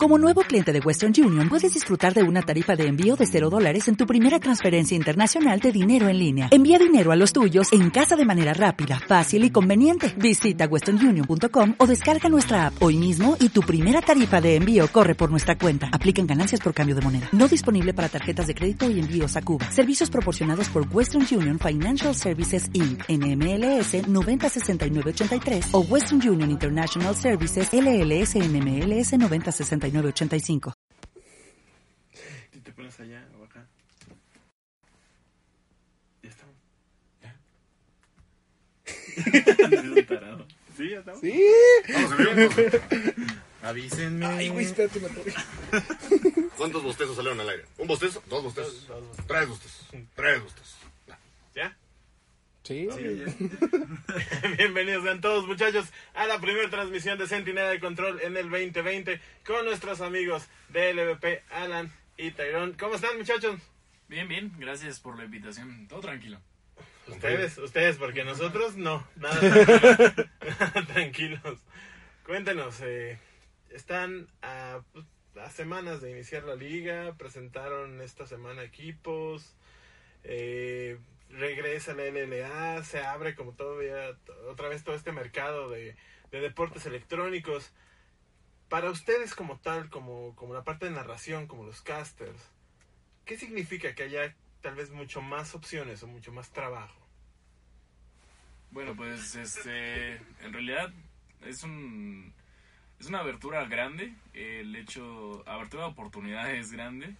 Como nuevo cliente de Western Union, puedes disfrutar de una tarifa de envío de $0 en tu primera transferencia internacional de dinero en línea. Envía dinero a los tuyos en casa de manera rápida, fácil y conveniente. Visita westernunion.com o descarga nuestra app hoy mismo y tu primera tarifa de envío corre por nuestra cuenta. Aplican ganancias por cambio de moneda. No disponible para tarjetas de crédito y envíos a Cuba. Servicios proporcionados por Western Union Financial Services Inc. NMLS 906983 o Western Union International Services LLS NMLS 906985. Si te pones allá o acá. Ya estamos. ¿Ya? Es un tarado. Sí, ya estamos. Sí. Vamos a ver. Avísenme. Ay, güey, espérate, me atoré. ¿Cuántos bostezos salieron al aire? ¿Un bostezo? ¿Dos bostezos? Dos bostezos. Tres bostezos. Tres bostezos. ¿Ya? Sí. Bienvenidos sean todos, muchachos, a la primera transmisión de Centinela de Control en el 2020 con nuestros amigos de LVP, Alan y Tyrone. ¿Cómo están, muchachos? Bien, bien, gracias por la invitación. Todo tranquilo. Ustedes, porque nosotros no, nada tranquilos. Cuéntenos, están a semanas de iniciar la liga, presentaron esta semana equipos, regresa la LLA, se abre como todavía otra vez todo este mercado de deportes electrónicos. Para ustedes como tal, como la parte de narración, como los casters, ¿qué significa que haya tal vez mucho más opciones o mucho más trabajo? Bueno, pues en realidad es una abertura grande, abertura de oportunidades grande,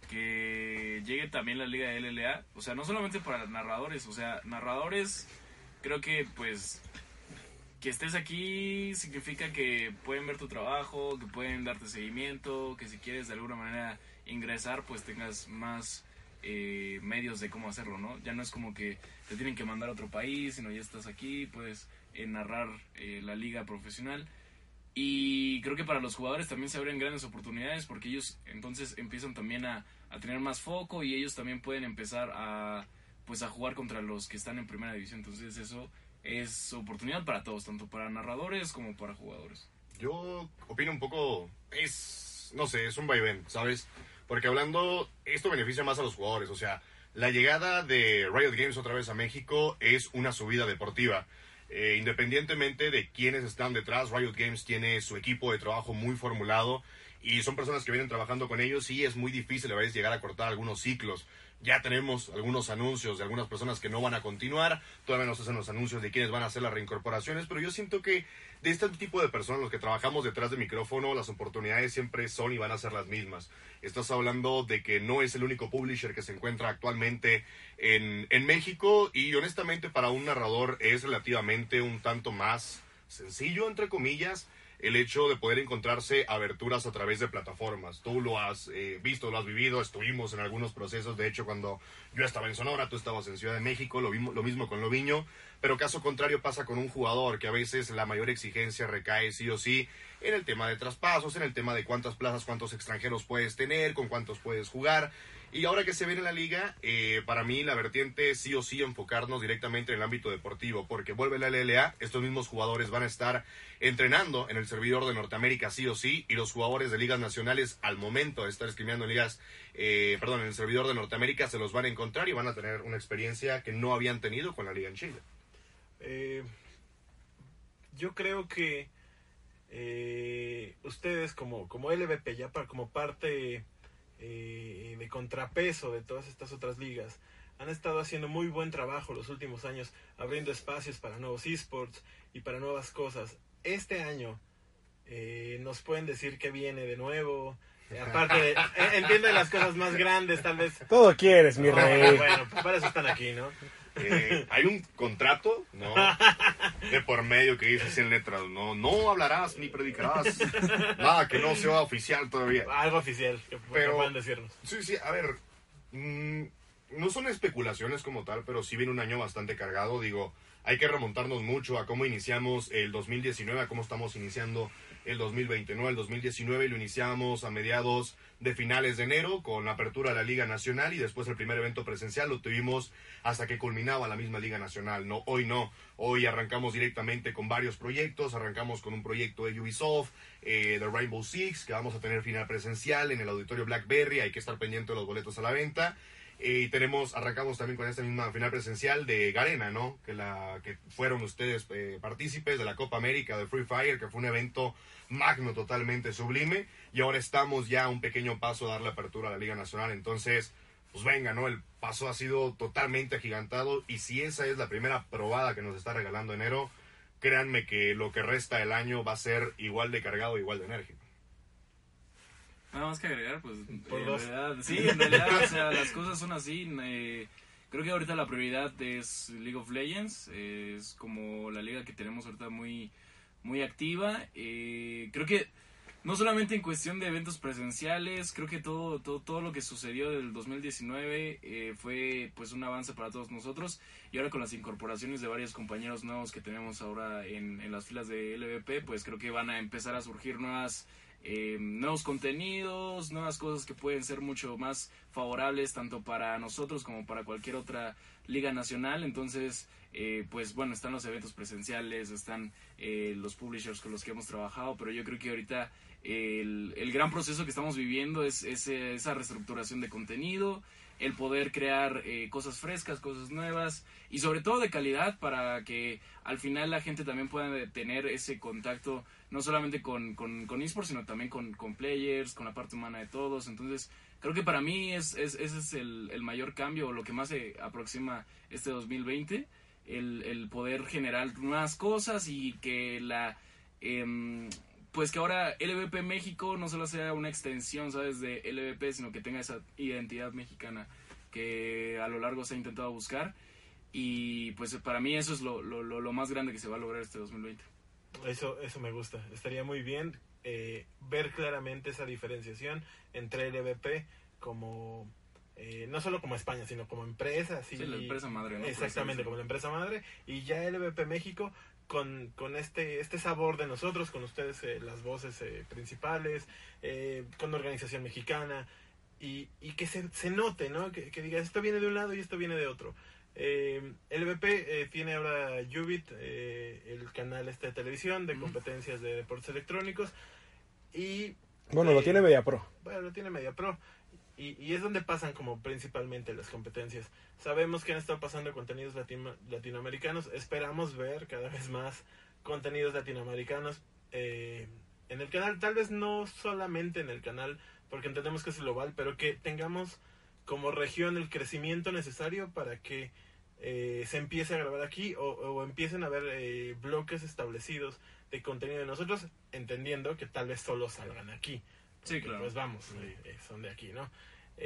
que llegue también la liga de LLA, o sea, no solamente para narradores, o sea, narradores, creo que pues que estés aquí significa que pueden ver tu trabajo, que pueden darte seguimiento, que si quieres de alguna manera ingresar, pues tengas más medios de cómo hacerlo, ¿no? Ya no es como que te tienen que mandar a otro país, sino ya estás aquí, puedes narrar la liga profesional. Y creo que para los jugadores también se abren grandes oportunidades porque ellos entonces empiezan también a tener más foco y ellos también pueden empezar a jugar contra los que están en primera división. Entonces eso es oportunidad para todos, tanto para narradores como para jugadores. Yo opino un poco, no sé, es un vaivén, ¿sabes? Porque hablando, esto beneficia más a los jugadores, o sea, la llegada de Riot Games otra vez a México es una subida deportiva. Independientemente de quiénes están detrás, Riot Games tiene su equipo de trabajo muy formulado y son personas que vienen trabajando con ellos y es muy difícil a veces llegar a cortar algunos ciclos. Ya tenemos algunos anuncios de algunas personas que no van a continuar, todavía no se hacen los anuncios de quiénes van a hacer las reincorporaciones, pero yo siento que de este tipo de personas, los que trabajamos detrás de micrófono, las oportunidades siempre son y van a ser las mismas. Estás hablando de que no es el único publisher que se encuentra actualmente en México y honestamente para un narrador es relativamente un tanto más sencillo, entre comillas, el hecho de poder encontrarse aberturas a través de plataformas. Tú lo has visto, lo has vivido, estuvimos en algunos procesos, de hecho cuando yo estaba en Sonora, tú estabas en Ciudad de México, lo mismo con Loviño, pero caso contrario pasa con un jugador que a veces la mayor exigencia recae sí o sí en el tema de traspasos, en el tema de cuántas plazas, cuántos extranjeros puedes tener, con cuántos puedes jugar. Y ahora que se viene la liga, para mí la vertiente sí o sí enfocarnos directamente en el ámbito deportivo, porque vuelve la LLA, estos mismos jugadores van a estar entrenando en el servidor de Norteamérica sí o sí, y los jugadores de ligas nacionales al momento de estar escribiendo en en el servidor de Norteamérica se los van a encontrar y van a tener una experiencia que no habían tenido con la liga en Chile. Yo creo que ustedes como LVP, ya como parte de contrapeso de todas estas otras ligas, han estado haciendo muy buen trabajo los últimos años, abriendo espacios para nuevos esports y para nuevas cosas. Este año nos pueden decir qué viene de nuevo, aparte de entienden las cosas más grandes, tal vez. Todo quieres, mi rey. Bueno, para eso están aquí, ¿no? Hay un contrato, ¿no? De por medio que dice 100 letras, no hablarás ni predicarás, nada que no sea oficial todavía. Algo oficial, que puedan decirnos. Sí, a ver, no son especulaciones como tal, pero sí viene un año bastante cargado, digo, hay que remontarnos mucho a cómo iniciamos el 2019, a cómo estamos iniciando el 2020, ¿no? El 2019 lo iniciamos a mediados de finales de enero con la apertura de la Liga Nacional y después el primer evento presencial lo tuvimos hasta que culminaba la misma Liga Nacional, ¿no? Hoy arrancamos directamente con varios proyectos, arrancamos con un proyecto de Ubisoft, de Rainbow Six, que vamos a tener final presencial en el Auditorio Blackberry, hay que estar pendiente de los boletos a la venta. Y arrancamos también con esta misma final presencial de Garena, ¿no? Que fueron ustedes partícipes de la Copa América de Free Fire, que fue un evento magno, totalmente sublime. Y ahora estamos ya a un pequeño paso a dar la apertura a la Liga Nacional. Entonces, pues venga, ¿no? El paso ha sido totalmente agigantado. Y si esa es la primera probada que nos está regalando enero, créanme que lo que resta del año va a ser igual de cargado, igual de enérgico. Nada más que agregar, pues Por en dos. realidad, sí, en realidad, o sea, las cosas son así. Creo que ahorita la prioridad es League of Legends, es como la liga que tenemos ahorita muy, muy activa. Creo que no solamente en cuestión de eventos presenciales, creo que todo lo que sucedió del 2019 fue pues un avance para todos nosotros. Y ahora con las incorporaciones de varios compañeros nuevos que tenemos ahora en las filas de LVP, pues creo que van a empezar a surgir nuevos contenidos, nuevas cosas que pueden ser mucho más favorables tanto para nosotros como para cualquier otra liga nacional. Entonces, pues bueno, están los eventos presenciales, están los publishers con los que hemos trabajado, pero yo creo que ahorita el gran proceso que estamos viviendo es esa reestructuración de contenido, el poder crear cosas frescas, cosas nuevas y sobre todo de calidad para que al final la gente también pueda tener ese contacto no solamente con eSports, sino también con players, con la parte humana de todos. Entonces, creo que para mí ese es el mayor cambio, o lo que más se aproxima este 2020, el poder generar nuevas cosas y que pues que ahora LVP México no solo sea una extensión, ¿sabes?, de LVP, sino que tenga esa identidad mexicana que a lo largo se ha intentado buscar. Y pues para mí eso es lo más grande que se va a lograr este 2020. Eso me gusta. Estaría muy bien ver claramente esa diferenciación entre LVP como no solo como España, sino como empresa. Sí, la empresa madre, ¿no? Exactamente, como la empresa madre. Y ya LVP México con este sabor de nosotros, con ustedes las voces principales, con la organización mexicana. Y que se note, ¿no? Que diga, esto viene de un lado y esto viene de otro. LVP tiene ahora Ubit, el canal de televisión de competencias de deportes electrónicos. Y Bueno, lo tiene MediaPro. Bueno, lo tiene MediaPro. Y es donde pasan como principalmente las competencias. Sabemos que han estado pasando contenidos latinoamericanos. Esperamos ver cada vez más contenidos latinoamericanos en el canal. Tal vez no solamente en el canal, porque entendemos que es global, pero que tengamos como región el crecimiento necesario para que se empiece a grabar aquí o empiecen a haber bloques establecidos de contenido de nosotros, entendiendo que tal vez solo salgan aquí. Sí, claro. Pues vamos, son de aquí, ¿no?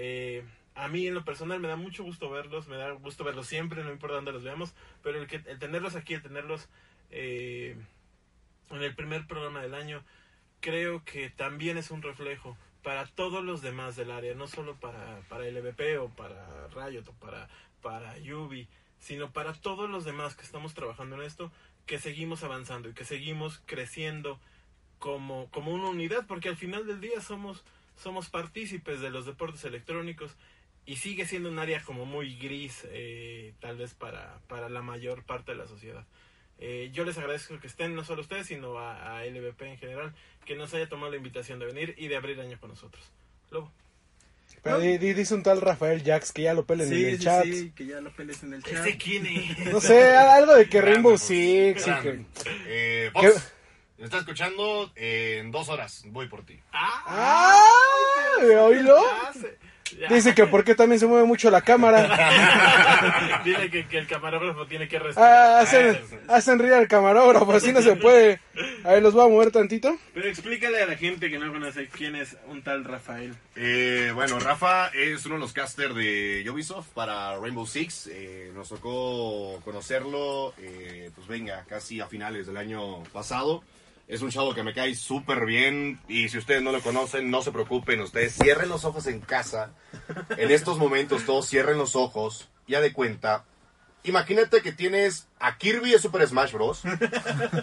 A mí en lo personal me da mucho gusto verlos, siempre, no importa dónde los veamos, pero el tenerlos aquí, el tenerlos en el primer programa del año, creo que también es un reflejo para todos los demás del área, no solo para LVP o para Riot o para Ubi, sino para todos los demás que estamos trabajando en esto, que seguimos avanzando y que seguimos creciendo como una unidad, porque al final del día somos partícipes de los deportes electrónicos y sigue siendo un área como muy gris, tal vez para la mayor parte de la sociedad. Yo les agradezco que estén, no solo ustedes, sino a LVP en general, que nos haya tomado la invitación de venir y de abrir año con nosotros. Lobo. Pero dice un tal Rafael Jax que ya lo pelen en el chat. Sí, que ya lo peles en el chat. ¿Ese quién es? No sé, algo de que Rainbow Grande, Six. Y grande. que... Fox, ¿me estás escuchando? En 2 horas voy por ti. ¿Oílo? Dice que porque también se mueve mucho la cámara. Dile que el camarógrafo tiene que respirar. Hacen reír al camarógrafo, así no se puede. A ver, los voy a mover tantito. Pero explícale a la gente que no conoce quién es un tal Rafael. Bueno, Rafa es uno de los casters de Ubisoft para Rainbow Six. Nos tocó conocerlo, pues venga, casi a finales del año pasado. Es un chavo que me cae súper bien y si ustedes no lo conocen, no se preocupen, ustedes cierren los ojos en casa. En estos momentos todos cierren los ojos, ya de cuenta. Imagínate que tienes a Kirby de Super Smash Bros.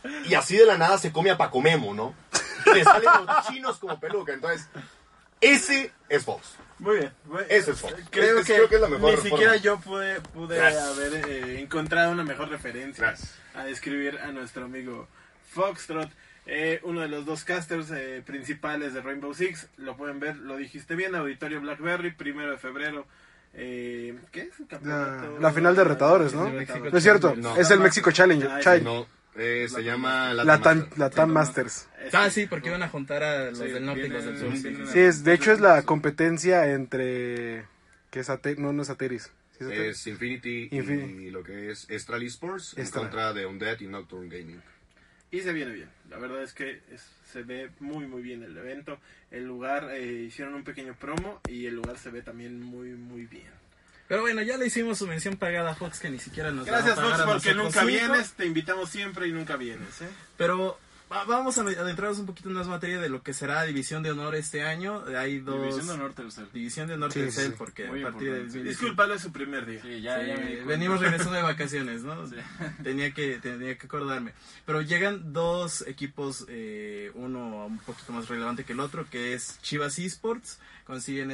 y así de la nada se come a Paco Memo, ¿no? Y le salen los chinos como peluca. Entonces, ese es Fox. Muy bien. Ese es Fox. Creo que es la mejor ni forma. siquiera yo pude Gracias. haber encontrado una mejor referencia Gracias. a describir a nuestro amigo Foxtrot. Uno de los dos casters principales de Rainbow Six. Lo pueden ver, lo dijiste bien, Auditorio Blackberry, 1 de febrero. ¿Qué es? ¿Un campeonato? La final de retadores, ¿no? No es cierto, No. es el México Challenge. No, se llama La TAM Masters. Sí, porque iban a juntar a los del norte y los del sur. Sí, de hecho es la competencia entre... ¿Qué es no es Ateris. ¿Sí es Ateris? Es Infinity y lo que es Estral Esports en Estral. contra de Undead y Nocturne Gaming. Y se viene bien. La verdad es que se ve muy muy bien el evento. El lugar, hicieron un pequeño promo y el lugar se ve también muy muy bien. Pero bueno, ya le hicimos su mención pagada a Fox, que ni siquiera nos Gracias va a pagar Fox a porque nosotros nunca 5. vienes. Te invitamos siempre y nunca vienes. Pero vamos a adentrarnos un poquito en más materia de lo que será División de Honor este año. Hay dos... División de Honor Tercer. División de Honor Sí, Tercel, sí. porque Muy a partir de... importante. Discúlpalo, es su primer día. Sí, ya me di cuenta. venimos regresando de vacaciones, ¿no? Tenía que acordarme. Pero llegan dos equipos, uno un poquito más relevante que el otro, que es Chivas Esports. Consiguen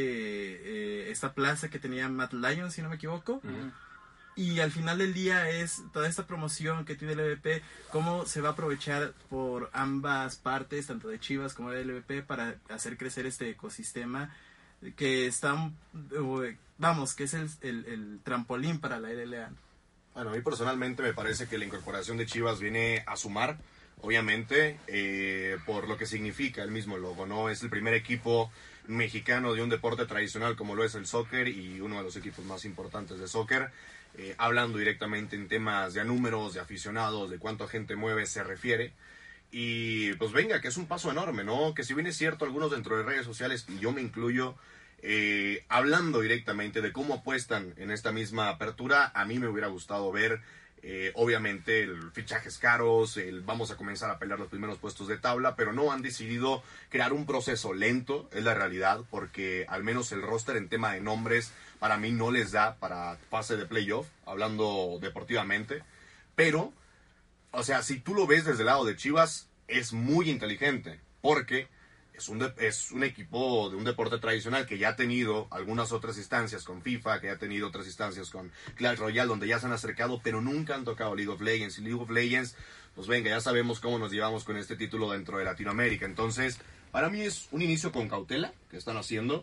esta plaza que tenía Matt Lion, si no me equivoco. Y al final del día es toda esta promoción que tiene el LVP, cómo se va a aprovechar por ambas partes, tanto de Chivas como de LVP, para hacer crecer este ecosistema que está, que es el trampolín para la LLA. Bueno, a mí personalmente me parece que la incorporación de Chivas viene a sumar, obviamente, por lo que significa el mismo logo, ¿no? Es el primer equipo mexicano de un deporte tradicional como lo es el soccer y uno de los equipos más importantes de soccer. Hablando directamente en temas de números, de aficionados, de cuánta gente mueve, se refiere. Y pues venga, que es un paso enorme, ¿no? Que si bien es cierto, algunos dentro de redes sociales, y yo me incluyo, hablando directamente de cómo apuestan en esta misma apertura, a mí me hubiera gustado ver, obviamente, el fichajes caros, vamos a comenzar a pelear los primeros puestos de tabla, pero no han decidido crear un proceso lento, es la realidad, porque al menos el roster en tema de nombres para mí no les da para fase de playoff, hablando deportivamente, pero, o sea, si tú lo ves desde el lado de Chivas, es muy inteligente, porque es un equipo de un deporte tradicional que ya ha tenido algunas otras instancias con FIFA, que ya ha tenido otras instancias con Clash Royale, donde ya se han acercado, pero nunca han tocado League of Legends. Y League of Legends, pues venga, ya sabemos cómo nos llevamos con este título dentro de Latinoamérica. Entonces, para mí es un inicio con cautela que están haciendo.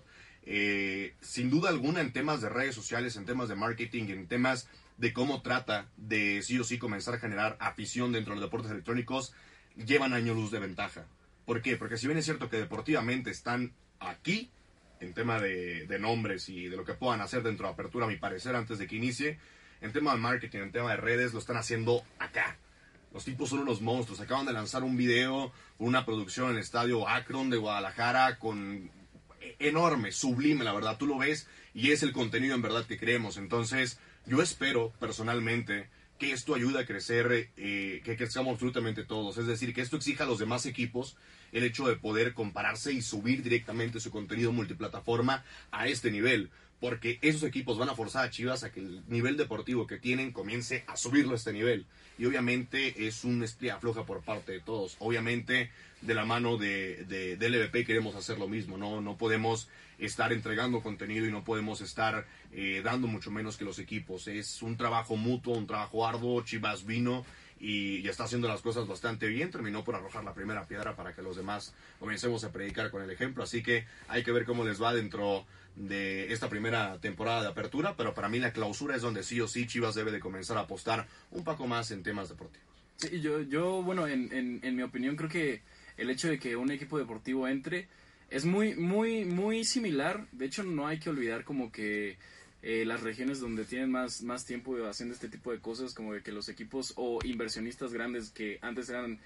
Sin duda alguna en temas de redes sociales, en temas de marketing, en temas de cómo trata de sí o sí comenzar a generar afición dentro de los deportes electrónicos, llevan años luz de ventaja. ¿Por qué? Porque si bien es cierto que deportivamente están aquí, en tema de nombres y de lo que puedan hacer dentro de Apertura, a mi parecer, antes de que inicie, en tema de marketing, en tema de redes, lo están haciendo acá. Los tipos son unos monstruos. Acaban de lanzar un video, una producción en el estadio Akron de Guadalajara con enorme, sublime, la verdad. Tú lo ves y es el contenido en verdad que creemos. Entonces, yo espero personalmente que esto ayude a crecer, que crezcamos absolutamente todos. Es decir, que esto exija a los demás equipos el hecho de poder compararse y subir directamente su contenido multiplataforma a este nivel. Porque esos equipos van a forzar a Chivas a que el nivel deportivo que tienen comience a subirlo a este nivel. Y obviamente es un estría floja por parte de todos. Obviamente de la mano de LVP queremos hacer lo mismo. No podemos estar entregando contenido y no podemos estar dando mucho menos que los equipos. Es un trabajo mutuo, un trabajo arduo. Chivas vino y está haciendo las cosas bastante bien. Terminó por arrojar la primera piedra para que los demás comencemos a predicar con el ejemplo. Así que hay que ver cómo les va dentro de esta primera temporada de apertura, pero para mí la clausura es donde sí o sí Chivas debe de comenzar a apostar un poco más en temas deportivos. Sí, yo bueno, en mi opinión creo que el hecho de que un equipo deportivo entre es muy similar. De hecho, no hay que olvidar como que las regiones donde tienen más tiempo haciendo este tipo de cosas, como de que los equipos o inversionistas grandes que antes eran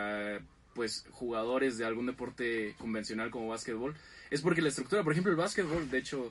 pues jugadores de algún deporte convencional como básquetbol, es porque la estructura, por ejemplo el básquetbol, de hecho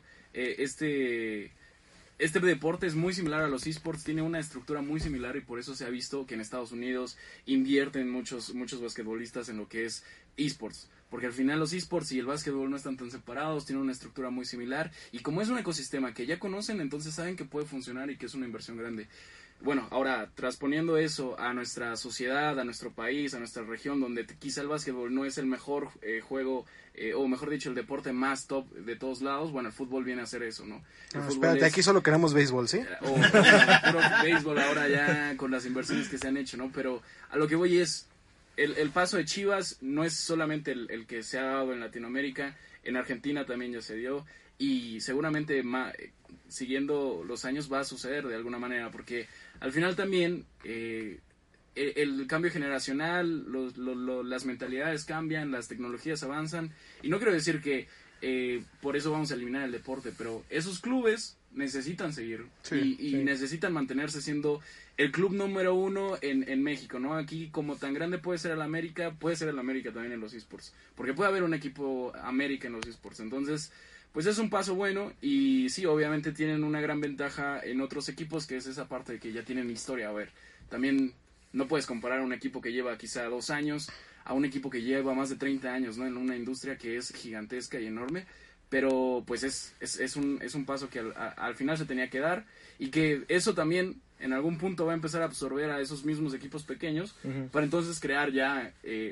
este deporte es muy similar a los esports, tiene una estructura muy similar y por eso se ha visto que en Estados Unidos invierten muchos basquetbolistas en lo que es esports, porque al final los esports y el básquetbol no están tan separados, tienen una estructura muy similar y como es un ecosistema que ya conocen, entonces saben que puede funcionar y que es una inversión grande. bueno, ahora transponiendo eso a nuestra sociedad, a nuestro país, a nuestra región, donde quizá el básquetbol no es el mejor juego, o mejor dicho, el deporte más top de todos lados, bueno, el fútbol viene a hacer eso, ¿no? Espérate, aquí solo queremos béisbol, ¿sí? O puro béisbol ahora ya con las inversiones que se han hecho, ¿no? Pero a lo que voy es, el paso de Chivas no es solamente el que se ha dado en Latinoamérica, en Argentina también ya se dio, y seguramente siguiendo los años va a suceder de alguna manera, porque al final también el cambio generacional, las mentalidades cambian, las tecnologías avanzan, y no quiero decir que por eso vamos a eliminar el deporte, pero esos clubes necesitan seguir y necesitan mantenerse siendo el club número 1 en México, ¿no? Aquí, como tan grande puede ser el América también en los esports, porque puede haber un equipo América en los esports. Entonces, pues es un paso bueno, y sí, obviamente tienen una gran ventaja en otros equipos, que es esa parte de que ya tienen historia. A ver, también no puedes comparar a un equipo que lleva quizá 2 años a un equipo que lleva más de 30 años, ¿no? En una industria que es gigantesca y enorme, pero pues es un paso que al final se tenía que dar, y que eso también en algún punto va a empezar a absorber a esos mismos equipos pequeños, para entonces crear ya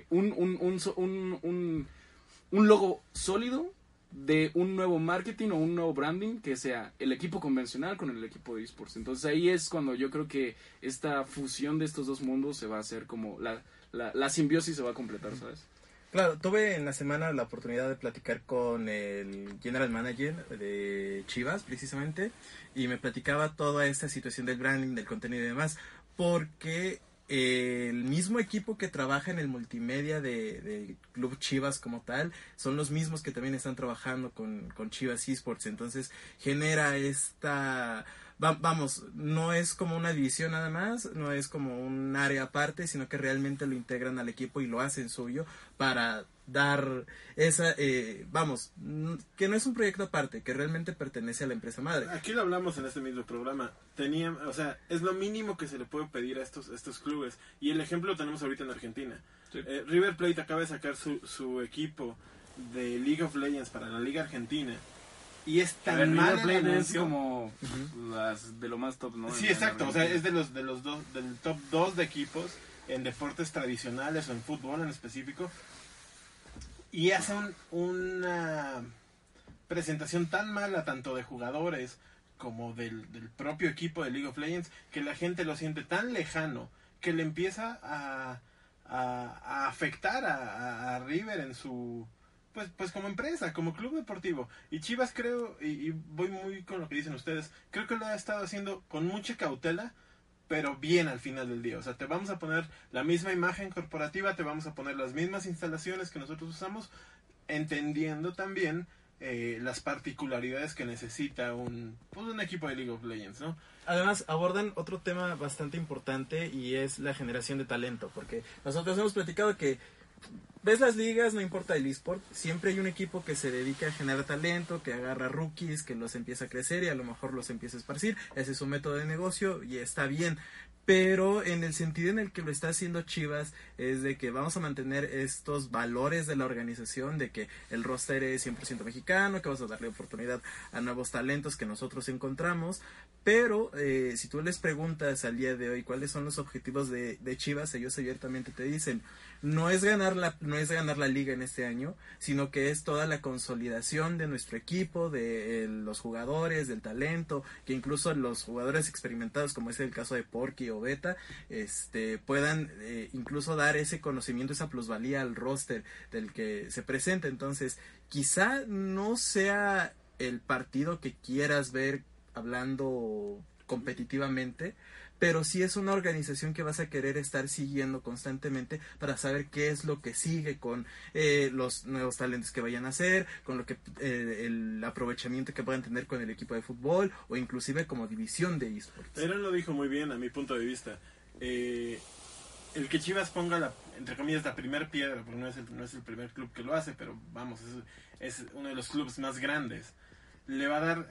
un logo sólido de un nuevo marketing o un nuevo branding que sea el equipo convencional con el equipo de esports. Entonces ahí es cuando yo creo que esta fusión de estos dos mundos se va a hacer como la simbiosis se va a completar, ¿sabes? Claro, tuve en la semana la oportunidad de platicar con el general manager de Chivas, precisamente, y me platicaba toda esta situación del branding, del contenido y demás, porque el mismo equipo que trabaja en el multimedia de Club Chivas como tal, son los mismos que también están trabajando con Chivas Esports, entonces genera esta... Vamos, no es como una división nada más, no es como un área aparte, sino que realmente lo integran al equipo y lo hacen suyo para dar esa, vamos, que no es un proyecto aparte, que realmente pertenece a la empresa madre. Aquí lo hablamos en este mismo programa. O sea, es lo mínimo que se le puede pedir a estos clubes. Y el ejemplo lo tenemos ahorita en Argentina. Sí. River Plate acaba de sacar su equipo de League of Legends para la Liga Argentina. Y es tan mal el es como las de lo más top, ¿no? Sí, exacto. O sea, es del top 2 de equipos en deportes tradicionales o en fútbol en específico. Y hacen una presentación tan mala tanto de jugadores como del propio equipo de League of Legends, que la gente lo siente tan lejano que le empieza a afectar a River en su... Pues como empresa, como club deportivo. Y Chivas creo, y voy muy con lo que dicen ustedes, creo que lo ha estado haciendo con mucha cautela, pero bien al final del día. O sea, te vamos a poner la misma imagen corporativa, te vamos a poner las mismas instalaciones que nosotros usamos, entendiendo también las particularidades que necesita un equipo de League of Legends, ¿no? Además, abordan otro tema bastante importante, y es la generación de talento, porque nosotros hemos platicado que ves las ligas, no importa el eSport, siempre hay un equipo que se dedica a generar talento, que agarra rookies, que los empieza a crecer y a lo mejor los empieza a esparcir. Ese es su método de negocio y está bien. Pero en el sentido en el que lo está haciendo Chivas es de que vamos a mantener estos valores de la organización, de que el roster es 100% mexicano, que vamos a darle oportunidad a nuevos talentos que nosotros encontramos. Pero si tú les preguntas al día de hoy cuáles son los objetivos de Chivas, ellos abiertamente te dicen, no es ganar la liga en este año, sino que es toda la consolidación de nuestro equipo, de los jugadores, del talento, que incluso los jugadores experimentados, como es el caso de Porky o Beta, puedan incluso dar ese conocimiento, esa plusvalía al roster del que se presenta. Entonces, quizá no sea el partido que quieras ver hablando competitivamente, pero sí es una organización que vas a querer estar siguiendo constantemente para saber qué es lo que sigue con los nuevos talentos que vayan a hacer, con lo que el aprovechamiento que puedan tener con el equipo de fútbol o inclusive como división de esports. Aaron lo dijo muy bien a mi punto de vista. El que Chivas ponga entre comillas la primer piedra, porque no es el primer club que lo hace, pero vamos, es uno de los clubes más grandes, le va a dar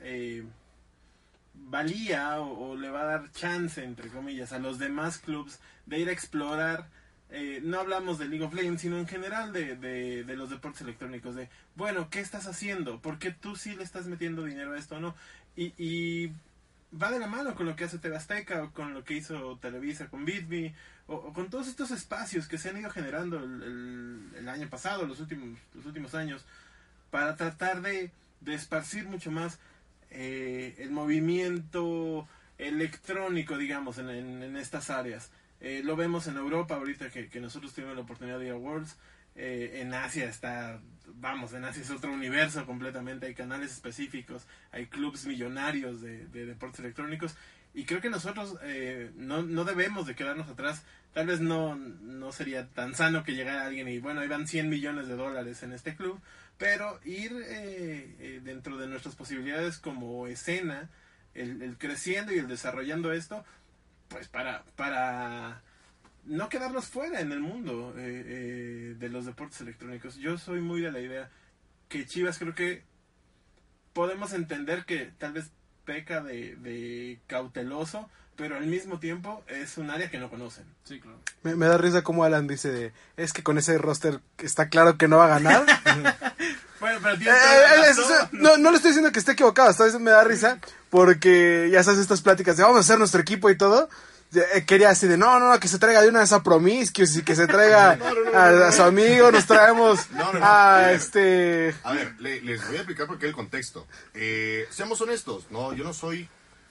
valía o le va a dar chance, entre comillas, a los demás clubs de ir a explorar. No hablamos de League of Legends, sino en general de los deportes electrónicos, de, bueno, ¿qué estás haciendo? ¿Por qué tú sí le estás metiendo dinero a esto o no? Y va de la mano con lo que hace TV Azteca, o con lo que hizo Televisa con BitMe, o con todos estos espacios que se han ido generando el año pasado, los últimos años, para tratar de esparcir mucho más el movimiento electrónico, digamos, en estas áreas. Lo vemos en Europa ahorita que nosotros tuvimos la oportunidad de ir a Worlds. En Asia en Asia es otro universo completamente, hay canales específicos, hay clubs millonarios de deportes electrónicos, y creo que nosotros no debemos de quedarnos atrás. Tal vez no sería tan sano que llegara alguien y bueno, ahí van $100 millones en este club, pero ir dentro de nuestras posibilidades como escena, el creciendo y el desarrollando esto, pues para no quedarnos fuera en el mundo de los deportes electrónicos. Yo soy muy de la idea que Chivas, creo que podemos entender que tal vez peca de cauteloso, pero al mismo tiempo es un área que no conocen. Sí, claro. Me da risa como Alan dice, es que con ese roster está claro que no va a ganar. Bueno, pero tiene toda la razón. No le estoy diciendo que esté equivocado, esta vez me da risa, porque ya sabes estas pláticas de vamos a hacer nuestro equipo y todo. Quería así de, no, que se traiga de una vez a Promiscuous y que se traiga a su amigo, nos traemos a ver, A ver, les voy a explicar por qué el contexto. Seamos honestos, no, yo no soy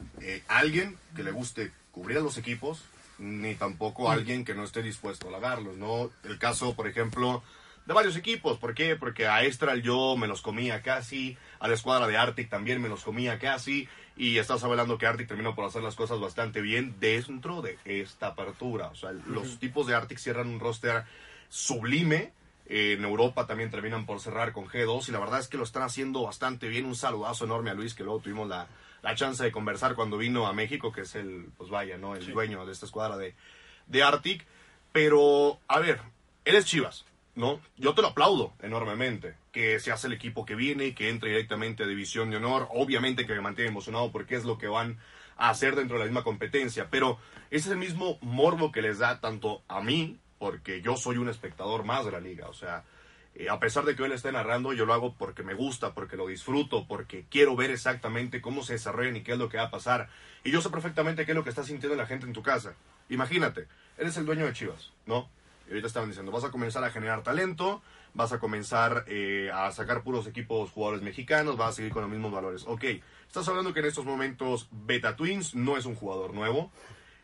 alguien que le guste cubrir a los equipos, ni tampoco alguien que no esté dispuesto a halagarlos, ¿no? El caso, por ejemplo, de varios equipos. ¿Por qué? Porque a Estral yo me los comía casi, a la escuadra de Arctic también me los comía casi, y estás hablando que Arctic terminó por hacer las cosas bastante bien dentro de esta apertura. O sea, los tipos de Arctic cierran un roster sublime. En Europa también terminan por cerrar con G2, y la verdad es que lo están haciendo bastante bien. Un saludazo enorme a Luis, que luego tuvimos la chance de conversar cuando vino a México, que es el dueño de esta escuadra de Arctic. Pero, a ver, eres Chivas, ¿no? Yo te lo aplaudo enormemente, que se hace el equipo que viene y que entre directamente a División de Honor. Obviamente que me mantiene emocionado porque es lo que van a hacer dentro de la misma competencia, pero ese es el mismo morbo que les da tanto a mí, porque yo soy un espectador más de la liga. O sea, a pesar de que él esté narrando, yo lo hago porque me gusta, porque lo disfruto, porque quiero ver exactamente cómo se desarrollan y qué es lo que va a pasar. Y yo sé perfectamente qué es lo que está sintiendo la gente en tu casa. Imagínate, eres el dueño de Chivas, ¿no? Y ahorita estaban diciendo, vas a comenzar a generar talento, vas a comenzar a sacar puros equipos jugadores mexicanos, vas a seguir con los mismos valores. Ok, estás hablando que en estos momentos Beta Twins no es un jugador nuevo,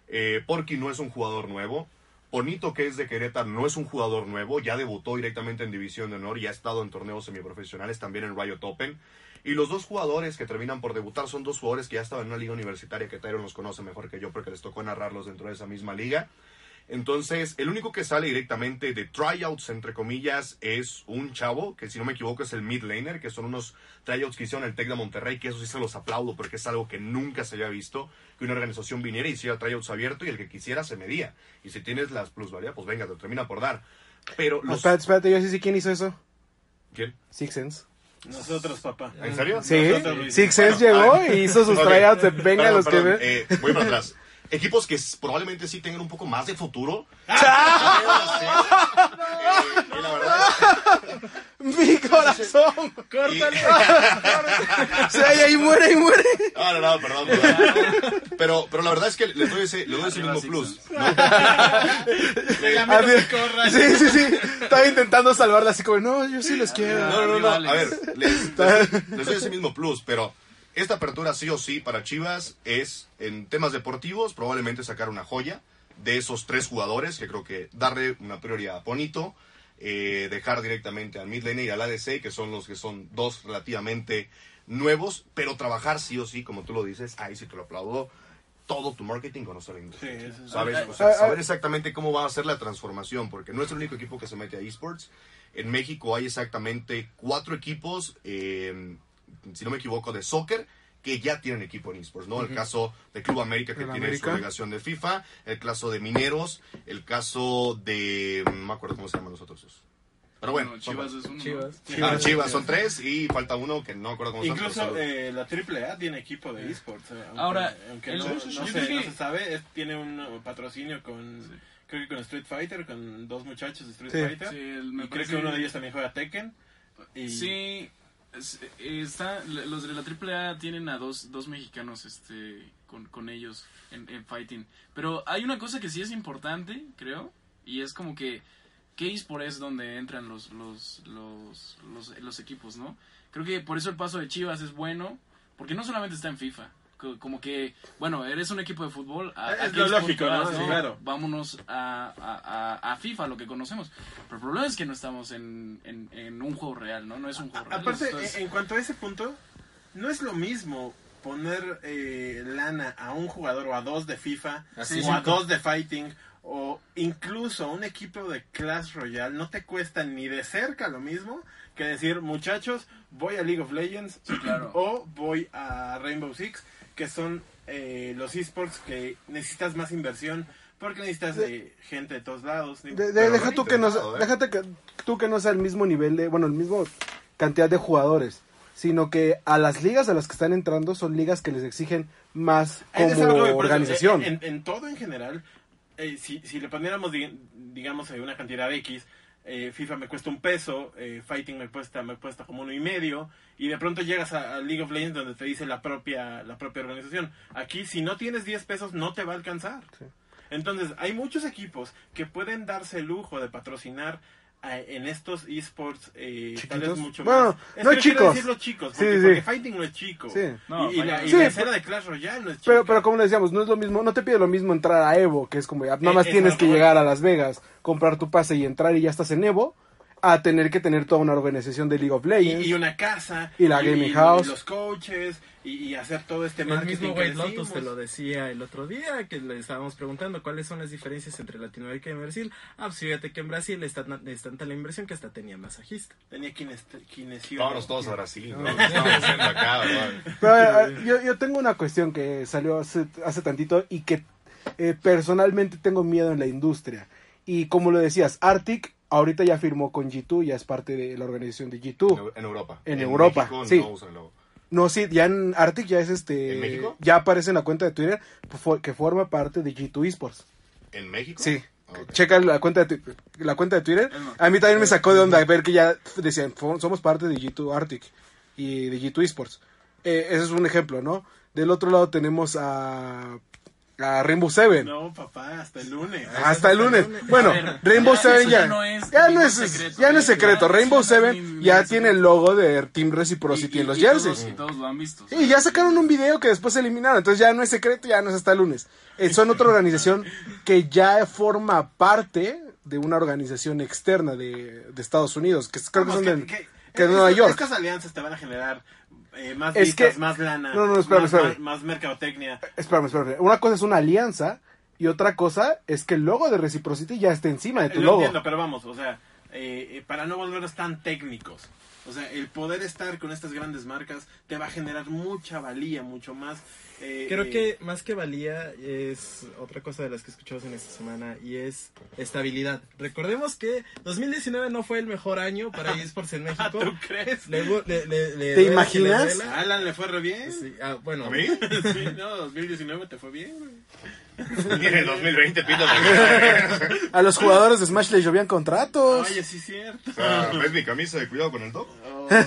Porky no es un jugador nuevo, Bonito, que es de Querétaro, no es un jugador nuevo, ya debutó directamente en División de Honor y ha estado en torneos semiprofesionales, también en Riot Open. Y los dos jugadores que terminan por debutar son dos jugadores que ya estaban en una liga universitaria, que Tyron los conoce mejor que yo porque les tocó narrarlos dentro de esa misma liga. Entonces, el único que sale directamente de tryouts, entre comillas, es un chavo, que si no me equivoco es el mid laner, que son unos tryouts que hicieron el Tec de Monterrey, que eso sí se los aplaudo porque es algo que nunca se había visto, que una organización viniera y hiciera tryouts abierto y el que quisiera se medía. Y si tienes las plusvalías, pues venga, te termina por dar. Pero los... Espérate, yo sí sé quién hizo eso. ¿Quién? Six Sense. Nosotros, papá. ¿En serio? Sí, Six Sense llegó y hizo sus tryouts de venga los que ven. Voy para atrás. Equipos que probablemente sí tengan un poco más de futuro. Y la verdad... ¡Mi corazón! ¡Córtale! Se ahí muere. No, perdón. Pero la verdad es que le doy ese mismo plus, ¿no? Sí. Estaba intentando salvarla así como, no, yo sí los quiero. No. A ver, les doy ese mismo plus, pero... Esta apertura sí o sí para Chivas es, en temas deportivos, probablemente sacar una joya de esos tres jugadores, que creo que darle una prioridad a Bonito, dejar directamente al mid laner y al ADC, que son los que son dos relativamente nuevos, pero trabajar sí o sí, como tú lo dices, ahí sí te lo aplaudo, todo tu marketing conocer la industria. Sí, ¿sabes? O sea, saber exactamente cómo va a ser la transformación, porque no es el único equipo que se mete a esports. En México hay exactamente 4 equipos, si no me equivoco, de soccer, que ya tienen equipo en esports, ¿no? El caso de Club América, que tiene su obligación de FIFA, el caso de Mineros, el caso de... no me acuerdo cómo se llaman los otros. Pero bueno, Chivas es uno. Chivas son 3 y falta uno que no me acuerdo cómo se llama. Incluso la AAA tiene equipo de esports. Ahora, aunque no se sabe, tiene un patrocinio con... Sí. Creo que con Street Fighter, con 2 muchachos de Street Fighter. Sí, y creo que uno de ellos también juega Tekken. Sí... los de la AAA tienen a dos mexicanos con ellos en Fighting. Pero hay una cosa que sí es importante, creo, y es como que eSport es donde entran los equipos, ¿no? Creo que por eso el paso de Chivas es bueno, porque no solamente está en FIFA. Como que, bueno, eres un equipo de fútbol. Es lo lógico, ¿no? Sí, claro. Vámonos a FIFA, lo que conocemos. Pero el problema es que no estamos en un juego real, ¿no? No es un juego real. Aparte, Entonces, en cuanto a ese punto, no es lo mismo poner lana a un jugador o a dos de FIFA o a dos de Fighting o incluso a un equipo de Clash Royale. No te cuesta ni de cerca lo mismo que decir, muchachos, voy a League of Legends claro. o voy a Rainbow Six, que son los esports que necesitas más inversión porque necesitas gente de todos lados. Deja tú que no sea el mismo nivel el mismo cantidad de jugadores, sino que a las ligas a las que están entrando son ligas que les exigen más como organización. En todo en general, si le poniéramos digamos una cantidad X, FIFA me cuesta $1, Fighting me cuesta como 1.5, y de pronto llegas a League of Legends donde te dice la propia organización. Aquí, si no tienes $10, no te va a alcanzar. Sí. Entonces, hay muchos equipos que pueden darse el lujo de patrocinar en estos esports tal vez mucho más. No es chicos. Decirlo chicos, porque Fighting no es chico. Sí. Y la escena de Clash Royale no es chica. Pero como le decíamos, no es lo mismo, no te pide lo mismo entrar a Evo, que es como nada más tienes que llegar a Las Vegas, comprar tu pase y entrar y ya estás en Evo, a tener que tener toda una organización de League of Legends. Y una casa. Y la Gaming House. Y los coaches. Y hacer todo este marketing. El mismo White Lotus te lo decía el otro día, que le estábamos preguntando cuáles son las diferencias entre Latinoamérica y Brasil. Pues fíjate que en Brasil es tanta la inversión que hasta tenía masajista. Tenía kinesiólogo. Vámonos todos a Brasil, ¿no? Estamos haciendo acá, ¿no? Pero yo tengo una cuestión que salió hace tantito y que personalmente tengo miedo en la industria. Y como lo decías, Arctic ahorita ya firmó con G2, ya es parte de la organización de G2. En Europa. En Europa, México, sí. No usan el logo. No, sí, ya en Arctic ya es ¿En México? Ya aparece en la cuenta de Twitter que forma parte de G2 Esports. ¿En México? Sí. Okay. Checa la cuenta de Twitter. A mí también me sacó de onda ver que ya decían, somos parte de G2 Arctic y de G2 Esports. Ese es un ejemplo, ¿no? Del otro lado tenemos a Rainbow Seven. No, papá, hasta el lunes. Hasta el lunes. Bueno, Rainbow Seven ya no es secreto. Rainbow Seven ya tiene el logo de Team Reciprocity en los jerseys. Y todos lo han visto. Y ya sacaron un video que después eliminaron. Entonces ya no es secreto, ya no es hasta el lunes. Son otra organización que ya forma parte de una organización externa de Estados Unidos, que creo que son de Nueva York. Estas alianzas te van a generar más vistas, más lana, más mercadotecnia. Espérame. Una cosa es una alianza y otra cosa es que el logo de Reciprocity ya está encima de tu logo. Entiendo, pero vamos, o sea, para no volvernos tan técnicos, o sea, el poder estar con estas grandes marcas te va a generar mucha valía, mucho más. Creo que más que valía es otra cosa de las que escuchamos en esta semana y es estabilidad. Recordemos que 2019 no fue el mejor año para eSports en México. ¿Tú crees? ¿Te imaginas? ¿A Alan le fue re bien? Sí, bueno. ¿A mí? Sí, no, 2019 te fue bien, güey. Y en el 2020 a los jugadores de Smash les llovían contratos. Oye, sí es cierto. ¿Ves mi camisa de cuidado con el top?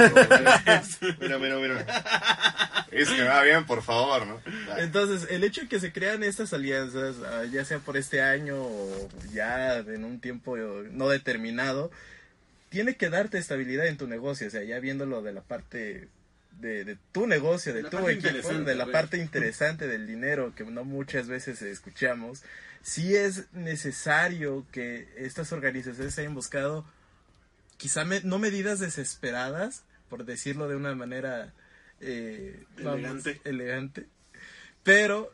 Mira. Es que me va bien, por favor, ¿no? Entonces, el hecho de que se crean estas alianzas, ya sea por este año o ya en un tiempo no determinado, tiene que darte estabilidad en tu negocio. O sea, ya viéndolo de la parte de tu negocio, de tu equipo, de la parte interesante del dinero que no muchas veces escuchamos, sí es necesario que estas organizaciones hayan buscado quizá no medidas desesperadas, por decirlo de una manera elegante, pero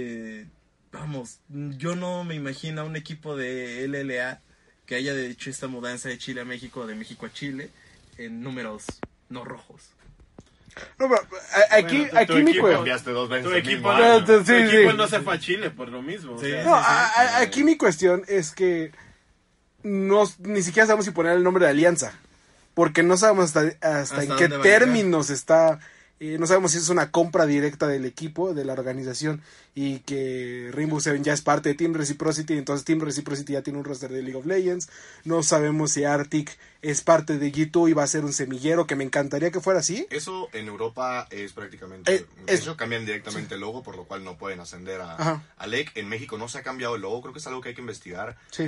yo no me imagino a un equipo de LLA que haya hecho esta mudanza de Chile a México, de México a Chile, en números no rojos. No, pero aquí cambiaste 2 veces. Tu equipo no se fue a Chile por lo mismo. Sí, aquí mi cuestión es que ni siquiera sabemos si poner el nombre de alianza, porque no sabemos hasta en qué términos está No sabemos si es una compra directa del equipo, de la organización, y que Rainbow Seven ya es parte de Team Reciprocity, entonces Team Reciprocity ya tiene un roster de League of Legends. No sabemos si Arctic es parte de G2 y va a ser un semillero, que me encantaría que fuera así. Eso en Europa es prácticamente... Eso cambian directamente el logo, por lo cual no pueden ascender a LEC. En México no se ha cambiado el logo, creo que es algo que hay que investigar. Sí.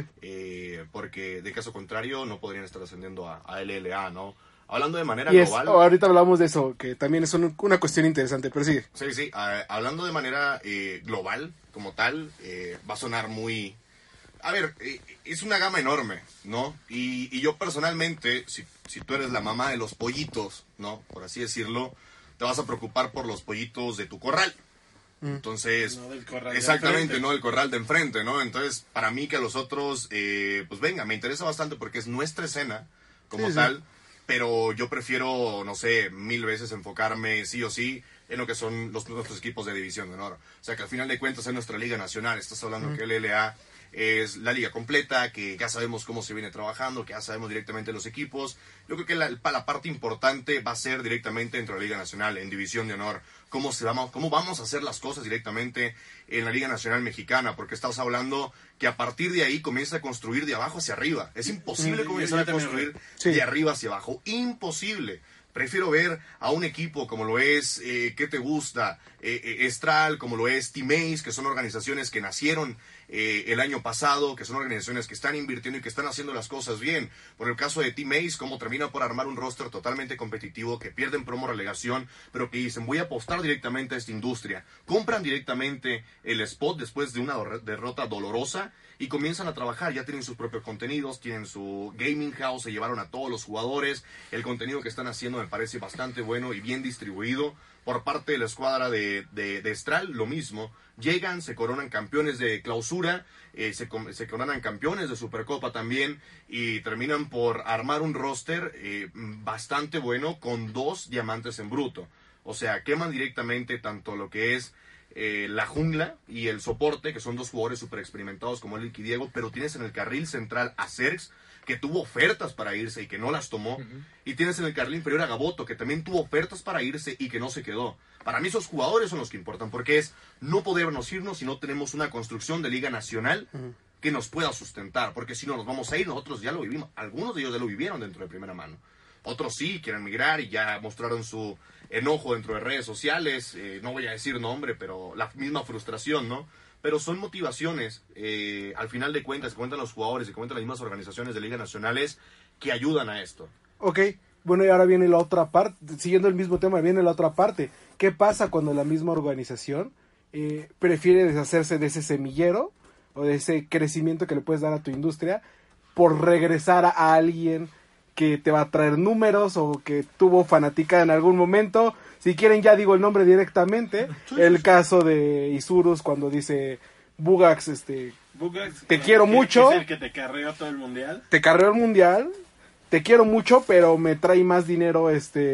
Porque de caso contrario no podrían estar ascendiendo a LLA, ¿no? Hablando de manera Y global... ahorita hablamos de eso, que también es una cuestión interesante, pero sigue. Sí. Hablando de manera global, como tal, va a sonar muy... A ver, es una gama enorme, ¿no? Y yo personalmente, si tú eres la mamá de los pollitos, ¿no? Por así decirlo, te vas a preocupar por los pollitos de tu corral. Entonces, no del corral exactamente, de no del corral de enfrente, ¿no? Entonces, para mí que a los otros, pues venga, me interesa bastante porque es nuestra escena como tal. Pero yo prefiero, no sé, 1000 veces enfocarme sí o sí en lo que son nuestros equipos de división de honor. O sea, que al final de cuentas es nuestra liga nacional. Estás hablando que LLA es la liga completa, que ya sabemos cómo se viene trabajando, que ya sabemos directamente los equipos. Yo creo que la parte importante va a ser directamente dentro de la liga nacional, en división de honor. Cómo vamos a hacer las cosas directamente en la Liga Nacional Mexicana, porque estás hablando que a partir de ahí comienza a construir de abajo hacia arriba. Es imposible comenzar a construir de arriba hacia abajo. Imposible. Prefiero ver a un equipo como lo es, ¿qué te gusta? Estral, como lo es Team Ace, que son organizaciones que nacieron el año pasado, que son organizaciones que están invirtiendo y que están haciendo las cosas bien. Por el caso de Team Ace, como termina por armar un roster totalmente competitivo, que pierden promo relegación, pero que dicen, voy a apostar directamente a esta industria. Compran directamente el spot después de una derrota dolorosa y comienzan a trabajar. Ya tienen sus propios contenidos, tienen su gaming house, se llevaron a todos los jugadores. El contenido que están haciendo me parece bastante bueno y bien distribuido. Por parte de la escuadra de Estral, lo mismo. Llegan, se coronan campeones de clausura, se coronan campeones de Supercopa también, y terminan por armar un roster bastante bueno con 2 diamantes en bruto. O sea, queman directamente tanto lo que es la jungla y el soporte, que son 2 jugadores super experimentados como Elic y Diego, pero tienes en el carril central a Zerx, que tuvo ofertas para irse y que no las tomó, y tienes en el carril inferior a Gaboto, que también tuvo ofertas para irse y que no se quedó. Para mí esos jugadores son los que importan, porque es no podernos irnos si no tenemos una construcción de liga nacional que nos pueda sustentar, porque si no nos vamos a ir, nosotros ya lo vivimos, algunos de ellos ya lo vivieron dentro de primera mano. Otros sí quieren migrar y ya mostraron su enojo dentro de redes sociales, no voy a decir nombre, pero la misma frustración, ¿no? Pero son motivaciones, al final de cuentas, que cuentan los jugadores y que cuentan las mismas organizaciones de ligas nacionales que ayudan a esto. Ok, bueno, y ahora viene la otra parte, siguiendo el mismo tema, viene la otra parte. ¿Qué pasa cuando la misma organización prefiere deshacerse de ese semillero o de ese crecimiento que le puedes dar a tu industria por regresar a alguien que te va a traer números o que tuvo fanática en algún momento? Si quieren ya digo el nombre directamente. El caso de Isurus cuando dice Bugax, Bugax, te quiero mucho. Es el que te carreó todo el mundial. Te carreó el mundial. Te quiero mucho, pero me trae más dinero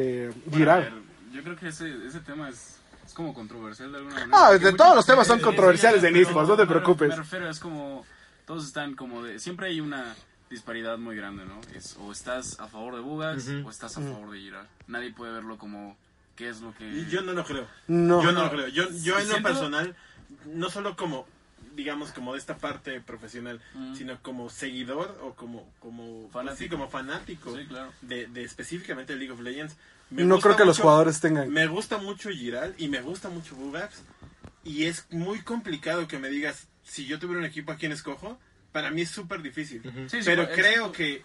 Giral. Yo creo que ese tema es como controversial de alguna manera. Ah, de todos los temas son controversiales en esports, no te preocupes. Me refiero, es como todos están como de, siempre hay una disparidad muy grande, ¿no? O estás a favor de Bugax o estás a favor de Giral. Nadie puede verlo como qué es lo que... Y yo no lo creo. No. Yo no lo creo. Yo en lo personal, no solo como, digamos, como de esta parte profesional, sino como seguidor o como fanático, sí, como fanático sí, claro, de específicamente League of Legends. No creo que los jugadores tengan... Me gusta mucho Giral y me gusta mucho Bugax. Y es muy complicado que me digas, si yo tuviera un equipo, ¿a quién escojo? Para mí es súper difícil. Sí, pero creo que...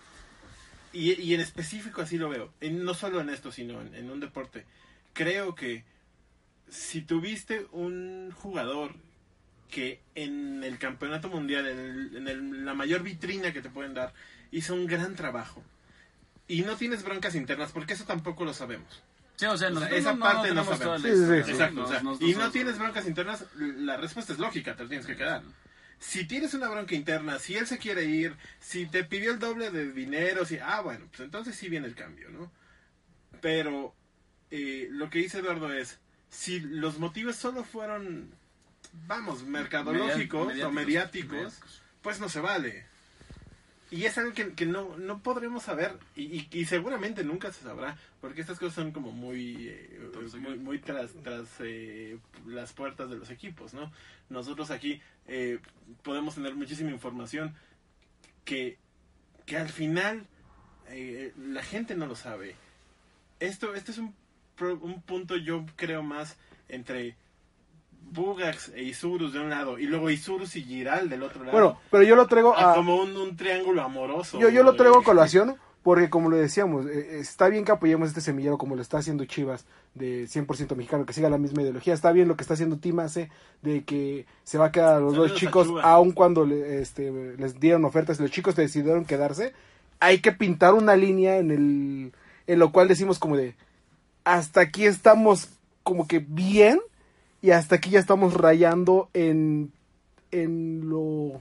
Y en específico así lo veo. No solo en esto, sino en un deporte. Creo que si tuviste un jugador que en el campeonato mundial, en la mayor vitrina que te pueden dar, hizo un gran trabajo, y no tienes broncas internas, porque eso tampoco lo sabemos. Sí, o sea, esa parte no sabemos. Sí. Exacto. Y no tienes broncas internas, la respuesta es lógica, te lo tienes que quedar. Si tienes una bronca interna, si él se quiere ir, si te pidió el doble de dinero, bueno, pues entonces sí viene el cambio, ¿no? Pero lo que dice Eduardo es, si los motivos solo fueron, mercadológicos o mediáticos, pues no se vale. Y es algo que no podremos saber y seguramente nunca se sabrá, porque estas cosas son como muy tras las puertas de los equipos, ¿no? Nosotros aquí podemos tener muchísima información que al final la gente no lo sabe. Esto es un punto, yo creo, más entre Bugax e Isurus de un lado y luego Isurus y Giral del otro lado. Bueno, pero yo lo traigo como un triángulo amoroso. Yo lo traigo a colación porque, como lo decíamos, está bien que apoyemos este semillero como lo está haciendo Chivas de 100% mexicano, que siga la misma ideología. Está bien lo que está haciendo Team AC de que se va a quedar a los dos chicos aun cuando les dieron ofertas y los chicos decidieron quedarse. Hay que pintar una línea en lo cual decimos como de hasta aquí estamos como que bien y hasta aquí ya estamos rayando en lo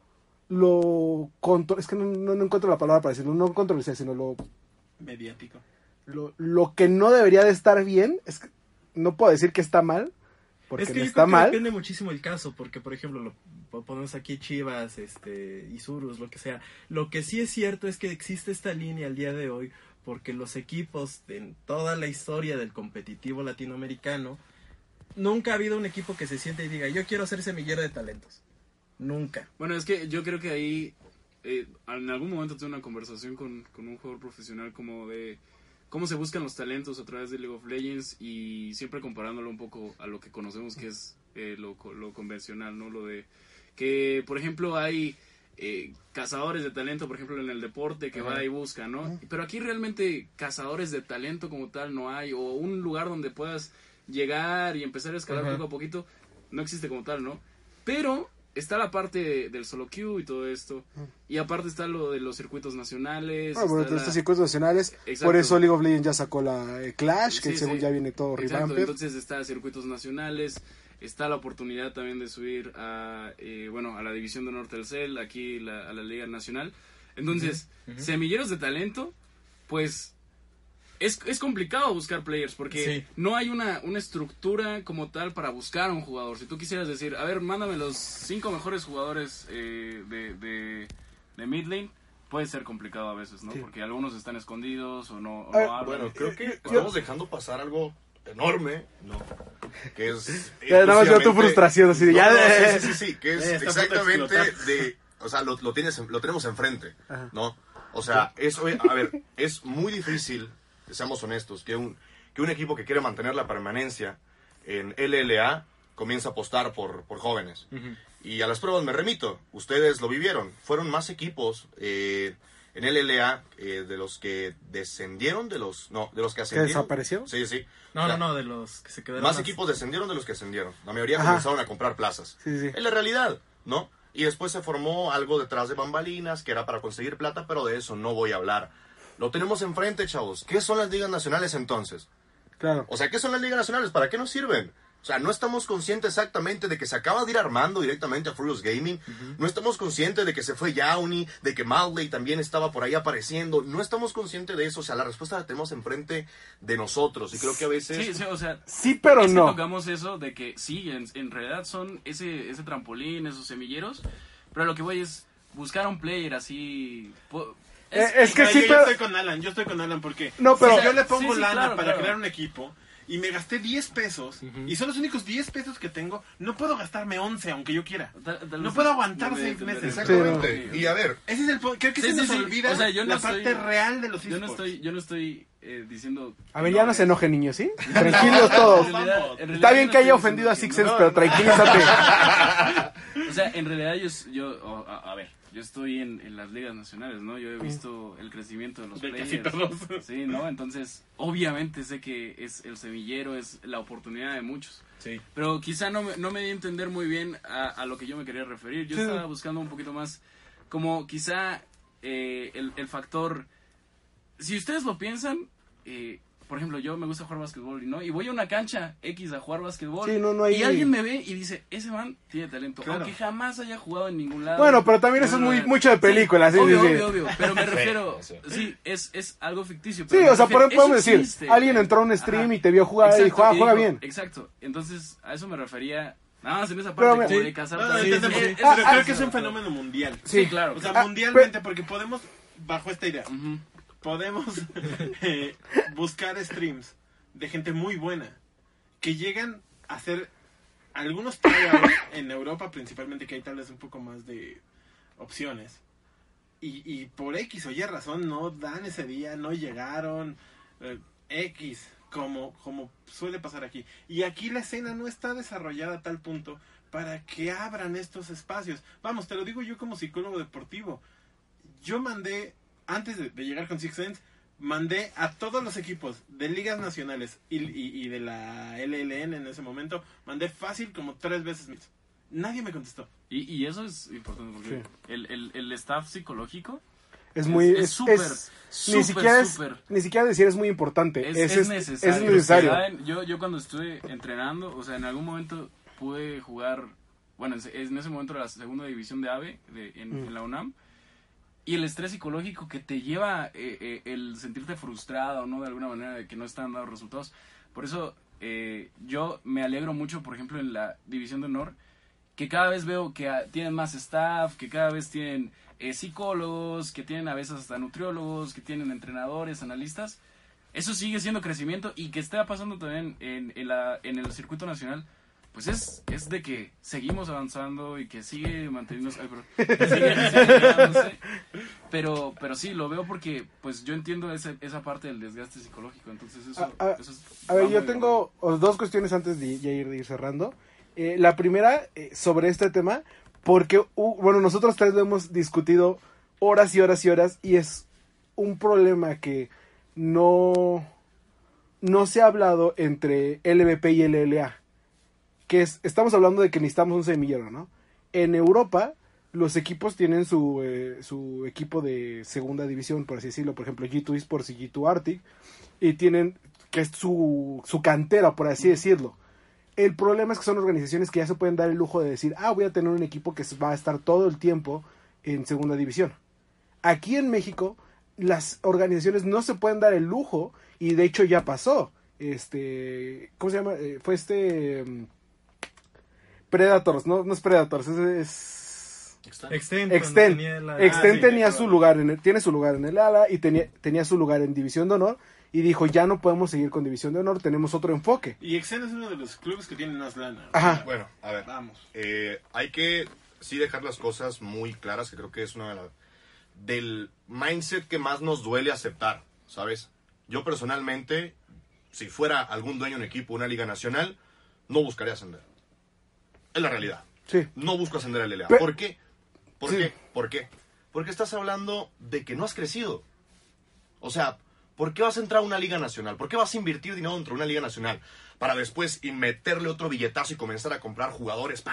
es que no encuentro la palabra para decirlo, no controversial, sino lo mediático. Lo que no debería de estar bien, es que no puedo decir que está mal, porque es que no yo está creo que mal. depende muchísimo el caso, porque por ejemplo, lo ponemos aquí Chivas, Isurus, lo que sea. Lo que sí es cierto es que existe esta línea al día de hoy, porque los equipos en toda la historia del competitivo latinoamericano, nunca ha habido un equipo que se siente y diga, yo quiero ser semillero de talentos. Nunca. Bueno, es que yo creo que ahí en algún momento tuve una conversación con un jugador profesional como de cómo se buscan los talentos a través de League of Legends y siempre comparándolo un poco a lo que conocemos que es lo convencional, ¿no? Lo de que, por ejemplo, hay cazadores de talento, por ejemplo, en el deporte que va y busca, ¿no? Pero aquí realmente cazadores de talento como tal no hay, o un lugar donde puedas llegar y empezar a escalar poco a poquito, no existe como tal, ¿no? Pero está la parte del solo queue y todo esto, y aparte está lo de los circuitos nacionales. Bueno, estos circuitos nacionales, Exacto. Por eso League of Legends ya sacó la Clash, que Sí, según ya viene todo revamped. Entonces está circuitos nacionales, está la oportunidad también de subir a la división de honor Telcel, aquí a la Liga Nacional. Entonces, semilleros de talento, pues es complicado buscar players porque no hay una estructura como tal para buscar a un jugador. Si tú quisieras decir, a ver, mándame los 5 mejores jugadores de mid lane, puede ser complicado a veces, ¿no? Sí. Porque algunos están escondidos o no hablan. Bueno, creo que estamos dejando pasar algo enorme, ¿no? Que es... Nada más veo tu frustración, así de ya... Sí, que es exactamente de... O sea, lo tenemos enfrente, ¿no? O sea, es muy difícil, seamos honestos, que un equipo que quiere mantener la permanencia en LLA comienza a apostar por jóvenes. Y a las pruebas me remito, ustedes lo vivieron, fueron más equipos en LLA de los que descendieron, de los que ascendieron. ¿Que desapareció? Sí. No, de los que se quedaron. Más equipos descendieron de los que ascendieron. La mayoría comenzaron a comprar plazas. Sí. Es la realidad, ¿no? Y después se formó algo detrás de bambalinas que era para conseguir plata, pero de eso no voy a hablar. Lo tenemos enfrente, chavos. ¿Qué son las ligas nacionales entonces? Claro. O sea, ¿qué son las ligas nacionales? ¿Para qué nos sirven? O sea, no estamos conscientes exactamente de que se acaba de ir armando directamente a Furious Gaming. No estamos conscientes de que se fue Yauni, de que Madley también estaba por ahí apareciendo. No estamos conscientes de eso. O sea, la respuesta la tenemos enfrente de nosotros. Y creo que a veces... Sí, o sea... Sí, pero no. Tocamos eso de que sí, en realidad son ese trampolín, esos semilleros. Pero lo que voy es buscar a un player así... Es que sí, yo estoy con Alan porque no, pero... si yo le pongo lana para crear un equipo y me gasté 10 pesos y son los únicos 10 pesos que tengo, no puedo gastarme 11 aunque yo quiera. No puedo aguantar 6 meses. Exactamente. Y a ver, ese es el creo que se nos olvida la parte real de los esports. Yo no estoy diciendo... A ver, ya no se enojen, niños, ¿sí? Tranquilos todos. Está bien que haya ofendido a Sixers, pero tranquilízate. O sea, en realidad yo estoy en las ligas nacionales, ¿no? Yo he visto el crecimiento de los players. Casi todos. Sí, ¿no? Entonces, obviamente sé que es el semillero, es la oportunidad de muchos. Sí. Pero quizá no me di a entender muy bien a lo que yo me quería referir. Yo estaba buscando un poquito más como quizá el factor... Si ustedes lo piensan... por ejemplo, yo me gusta jugar básquetbol, ¿no? Y voy a una cancha X a jugar básquetbol. Sí, no hay... Y alguien me ve y dice, ese man tiene talento. Claro. Aunque jamás haya jugado en ningún lado. Bueno, pero también eso es mucho de películas. Sí, obvio. Pero me refiero... Sí, es algo ficticio. Pero sí, o sea, podemos decir, existe, alguien entró a un stream y te vio jugar y juega bien. Exacto. Entonces, a eso me refería Nada más en esa Pero, parte, como sí. de cazar No, talentos. entendemos. Es- Pero creo que es un fenómeno mundial. Sí, claro. O sea, claro. mundialmente, porque podemos, bajo esta idea, Ujú. podemos buscar streams de gente muy buena que llegan a hacer algunos tryouts en Europa principalmente, que hay tal vez un poco más de opciones, y por X o Y razón no dan ese día, no llegaron, X, como suele pasar aquí. Y aquí la escena no está desarrollada a tal punto para que abran estos espacios. Vamos, te lo digo yo como psicólogo deportivo. Yo mandé, antes de llegar con Six Sense, mandé a todos los equipos de ligas nacionales y de la LLN en ese momento, mandé fácil como 3 veces más. Nadie me contestó. Y eso es importante porque el staff psicológico Es muy... es súper, ni siquiera súper. ni siquiera decir es muy importante. Es necesario. Es necesario. ¿Saben? Yo cuando estuve entrenando, o sea, en algún momento pude jugar, bueno, en ese momento era la segunda división de AVE en la UNAM, y el estrés psicológico que te lleva el sentirte frustrado, ¿no? De alguna manera, de que no están dando resultados. Por eso yo me alegro mucho, por ejemplo, en la división de honor, que cada vez veo que tienen más staff, que cada vez tienen psicólogos, que tienen a veces hasta nutriólogos, que tienen entrenadores, analistas. Eso sigue siendo crecimiento, y que esté pasando también en el circuito nacional, pues es de que seguimos avanzando y que sigue manteniéndose, que sigue llegándose. Pero sí, lo veo porque pues yo entiendo esa parte del desgaste psicológico, entonces eso es... A ver, yo tengo 2 cuestiones antes de ir cerrando. La primera, sobre este tema, porque, bueno, nosotros 3 lo hemos discutido horas y horas y horas, y es un problema que no se ha hablado entre LVP y LLA, que estamos hablando de que necesitamos un semillero, ¿no? En Europa, los equipos tienen su equipo de segunda división, por así decirlo, por ejemplo, G2 Esports y G2 Arctic, y tienen, que es su cantera, por así decirlo. El problema es que son organizaciones que ya se pueden dar el lujo de decir, voy a tener un equipo que va a estar todo el tiempo en segunda división. Aquí en México, las organizaciones no se pueden dar el lujo, y de hecho ya pasó. ¿Cómo se llama? Fue Predators, no es Predators, es Extend tenía su lugar tiene su lugar en el ALA, y tenía su lugar en División de Honor, y dijo, ya no podemos seguir con División de Honor, tenemos otro enfoque. Y Exen es uno de los clubes que tienen más lana. Ajá. Bueno, a ver. Vamos. Hay que sí dejar las cosas muy claras, que creo que es una del mindset que más nos duele aceptar, ¿sabes? Yo personalmente, si fuera algún dueño de un equipo, una liga nacional, no buscaría ascender. Es la realidad. Sí. No busco ascender al LLA. ¿Por qué? ¿Por Sí. qué? ¿Por qué? Porque estás hablando de que no has crecido. O sea, ¿por qué vas a entrar a una liga nacional? ¿Por qué vas a invertir dinero dentro de una liga nacional? Para después meterle otro billetazo y comenzar a comprar jugadores,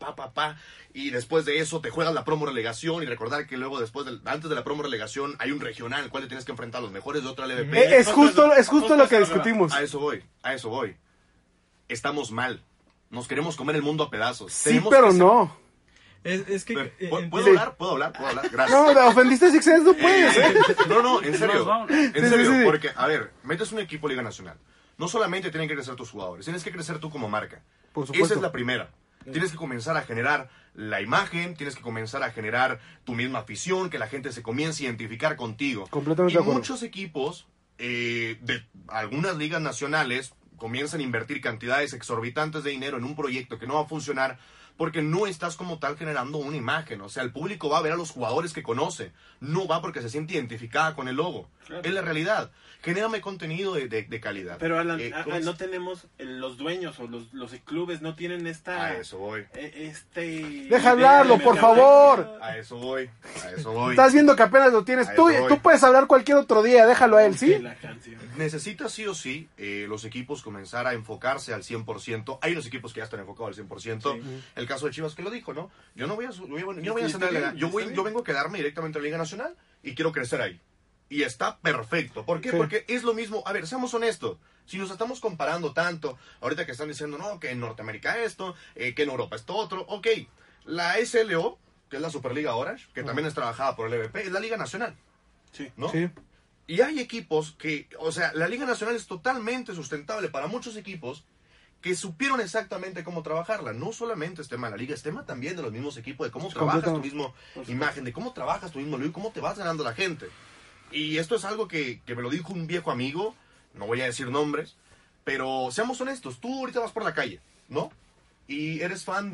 y después de eso te juegas la promo relegación, y recordar que luego antes de la promo relegación hay un regional en el cual te tienes que enfrentar a los mejores de otra LVP. Es justo lo que discutimos. A eso voy. Estamos mal. Nos queremos comer el mundo a pedazos. Sí, Tenemos pero que ser- no. Es que... ¿Puedo hablar? Gracias. No, ofendiste a Six Sense, no puedes. No, en serio. Vamos. En Sí, serio, sí. porque, a ver, metes un equipo Liga Nacional. No solamente tienen que crecer tus jugadores, tienes que crecer tú como marca. Por supuesto. Esa es la primera. Tienes que comenzar a generar la imagen, tienes que comenzar a generar tu misma afición, que la gente se comience a identificar contigo. Completamente Y de acuerdo. muchos equipos de algunas ligas nacionales comienzan a invertir cantidades exorbitantes de dinero en un proyecto que no va a funcionar porque no estás como tal generando una imagen. O sea, el público va a ver a los jugadores que conoce, no va porque se siente identificada con el logo. Claro. Es la realidad. Genérame contenido de calidad. Pero Alan, ¿cómo es? no tenemos, los dueños o los clubes no tienen esta... A eso voy. Deja hablarlo, por favor. A eso voy. A eso voy. Estás viendo que apenas lo tienes. A Tú eso voy. puedes hablar cualquier otro día, déjalo a él, ¿sí? La canción. Necesita sí o sí los equipos comenzar a enfocarse al 100%. Hay unos equipos que ya están enfocados al 100%. El caso de Chivas que lo dijo, ¿no? Yo no voy a ascender a la Liga. Yo vengo a quedarme directamente a la Liga Nacional y quiero crecer ahí. Y está perfecto. ¿Por qué? Sí. Porque es lo mismo. A ver, seamos honestos. Si nos estamos comparando tanto, ahorita que están diciendo, no, que en Norteamérica esto, que en Europa esto otro, ok. La SLO, que es la Superliga Orange, que también es trabajada por el LVP, es la Liga Nacional. Sí. ¿No? Sí. Y hay equipos que, o sea, la Liga Nacional es totalmente sustentable para muchos equipos que supieron exactamente cómo trabajarla. No solamente es tema de la liga, es tema también de los mismos equipos, de cómo trabajas tu mismo imagen, de cómo trabajas tu mismo liga, cómo te vas ganando la gente. Y esto es algo que me lo dijo un viejo amigo, no voy a decir nombres, pero seamos honestos, tú ahorita vas por la calle, ¿no? Y eres fan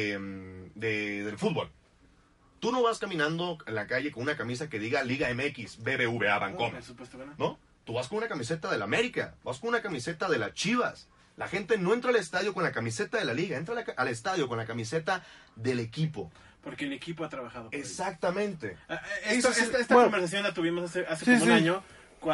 del fútbol. Tú no vas caminando en la calle con una camisa que diga Liga MX, BBVA Bancomer, por supuesto que no. ¿no? Tú vas con una camiseta del América, vas con una camiseta de las Chivas. La gente no entra al estadio con la camiseta de la liga, entra al estadio con la camiseta del equipo. Porque el equipo ha trabajado por Exactamente. Esta conversación la tuvimos hace como un año,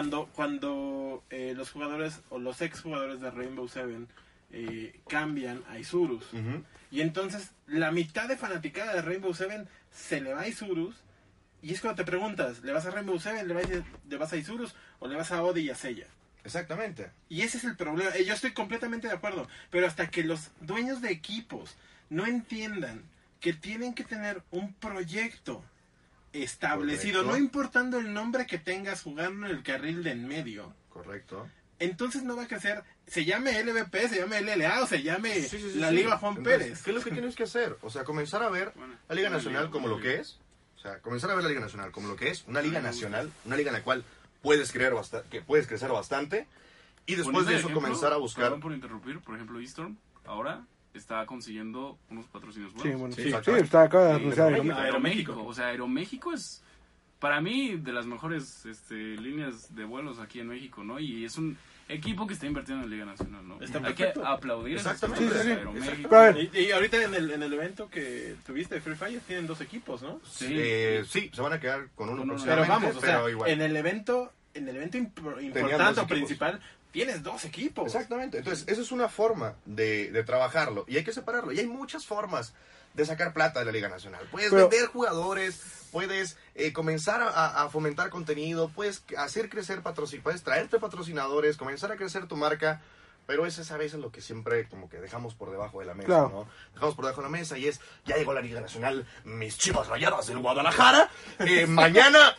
cuando los jugadores o los exjugadores de Rainbow Seven cambian a Isurus. Uh-huh. Y entonces la mitad de fanaticada de Rainbow Seven se le va a Isurus. Y es cuando te preguntas, ¿le vas a Rainbow Seven, le vas a Isurus o le vas a Odi y a Seiya? Exactamente. Y ese es el problema. Yo estoy completamente de acuerdo. Pero hasta que los dueños de equipos no entiendan que tienen que tener un proyecto establecido, Correcto. no importando el nombre que tengas jugando en el carril de en medio, Correcto. entonces no va a crecer, se llame LVP, se llame LLA o se llame la Sí. Liga Juan Entonces, Pérez. ¿qué es lo que tienes que hacer? O sea, comenzar a ver la Liga Nacional como lo que es. O sea, comenzar a ver la Liga Nacional como lo que es. Una Liga Nacional, una liga en la cual puedes crecer bastante. Y después de eso comenzar a buscar... Perdón por interrumpir, por ejemplo, Eastorm ahora está consiguiendo unos patrocinios Sí, buenos. bueno, Sí, está acá de Sí, anunciar Aeroméxico. Aeroméxico. O sea, Aeroméxico es, para mí, de las mejores líneas de vuelos aquí en México, ¿no? Y es un equipo que está invirtiendo en la Liga Nacional, ¿no? Está Hay perfecto. que aplaudir Exactamente. esas Sí, sí, sí. Aeroméxico. Pero a ver, Y ahorita en el evento que tuviste de Free Fire tienen 2 equipos, ¿no? sí, se van a quedar con uno Con uno. Pero aproximadamente, vamos, o sea, igual. en el evento importante dos o equipos. principal tienes 2 equipos. Exactamente. Entonces, eso es una forma de trabajarlo. Y hay que separarlo. Y hay muchas formas de sacar plata de la Liga Nacional. Puedes vender jugadores, puedes comenzar a fomentar contenido, puedes hacer crecer puedes traerte patrocinadores, comenzar a crecer tu marca. Pero eso es a veces lo que siempre como que dejamos por debajo de la mesa, Claro. ¿no? Dejamos por debajo de la mesa y es, ya llegó la Liga Nacional, mis Chivas Rayadas del Guadalajara, mañana...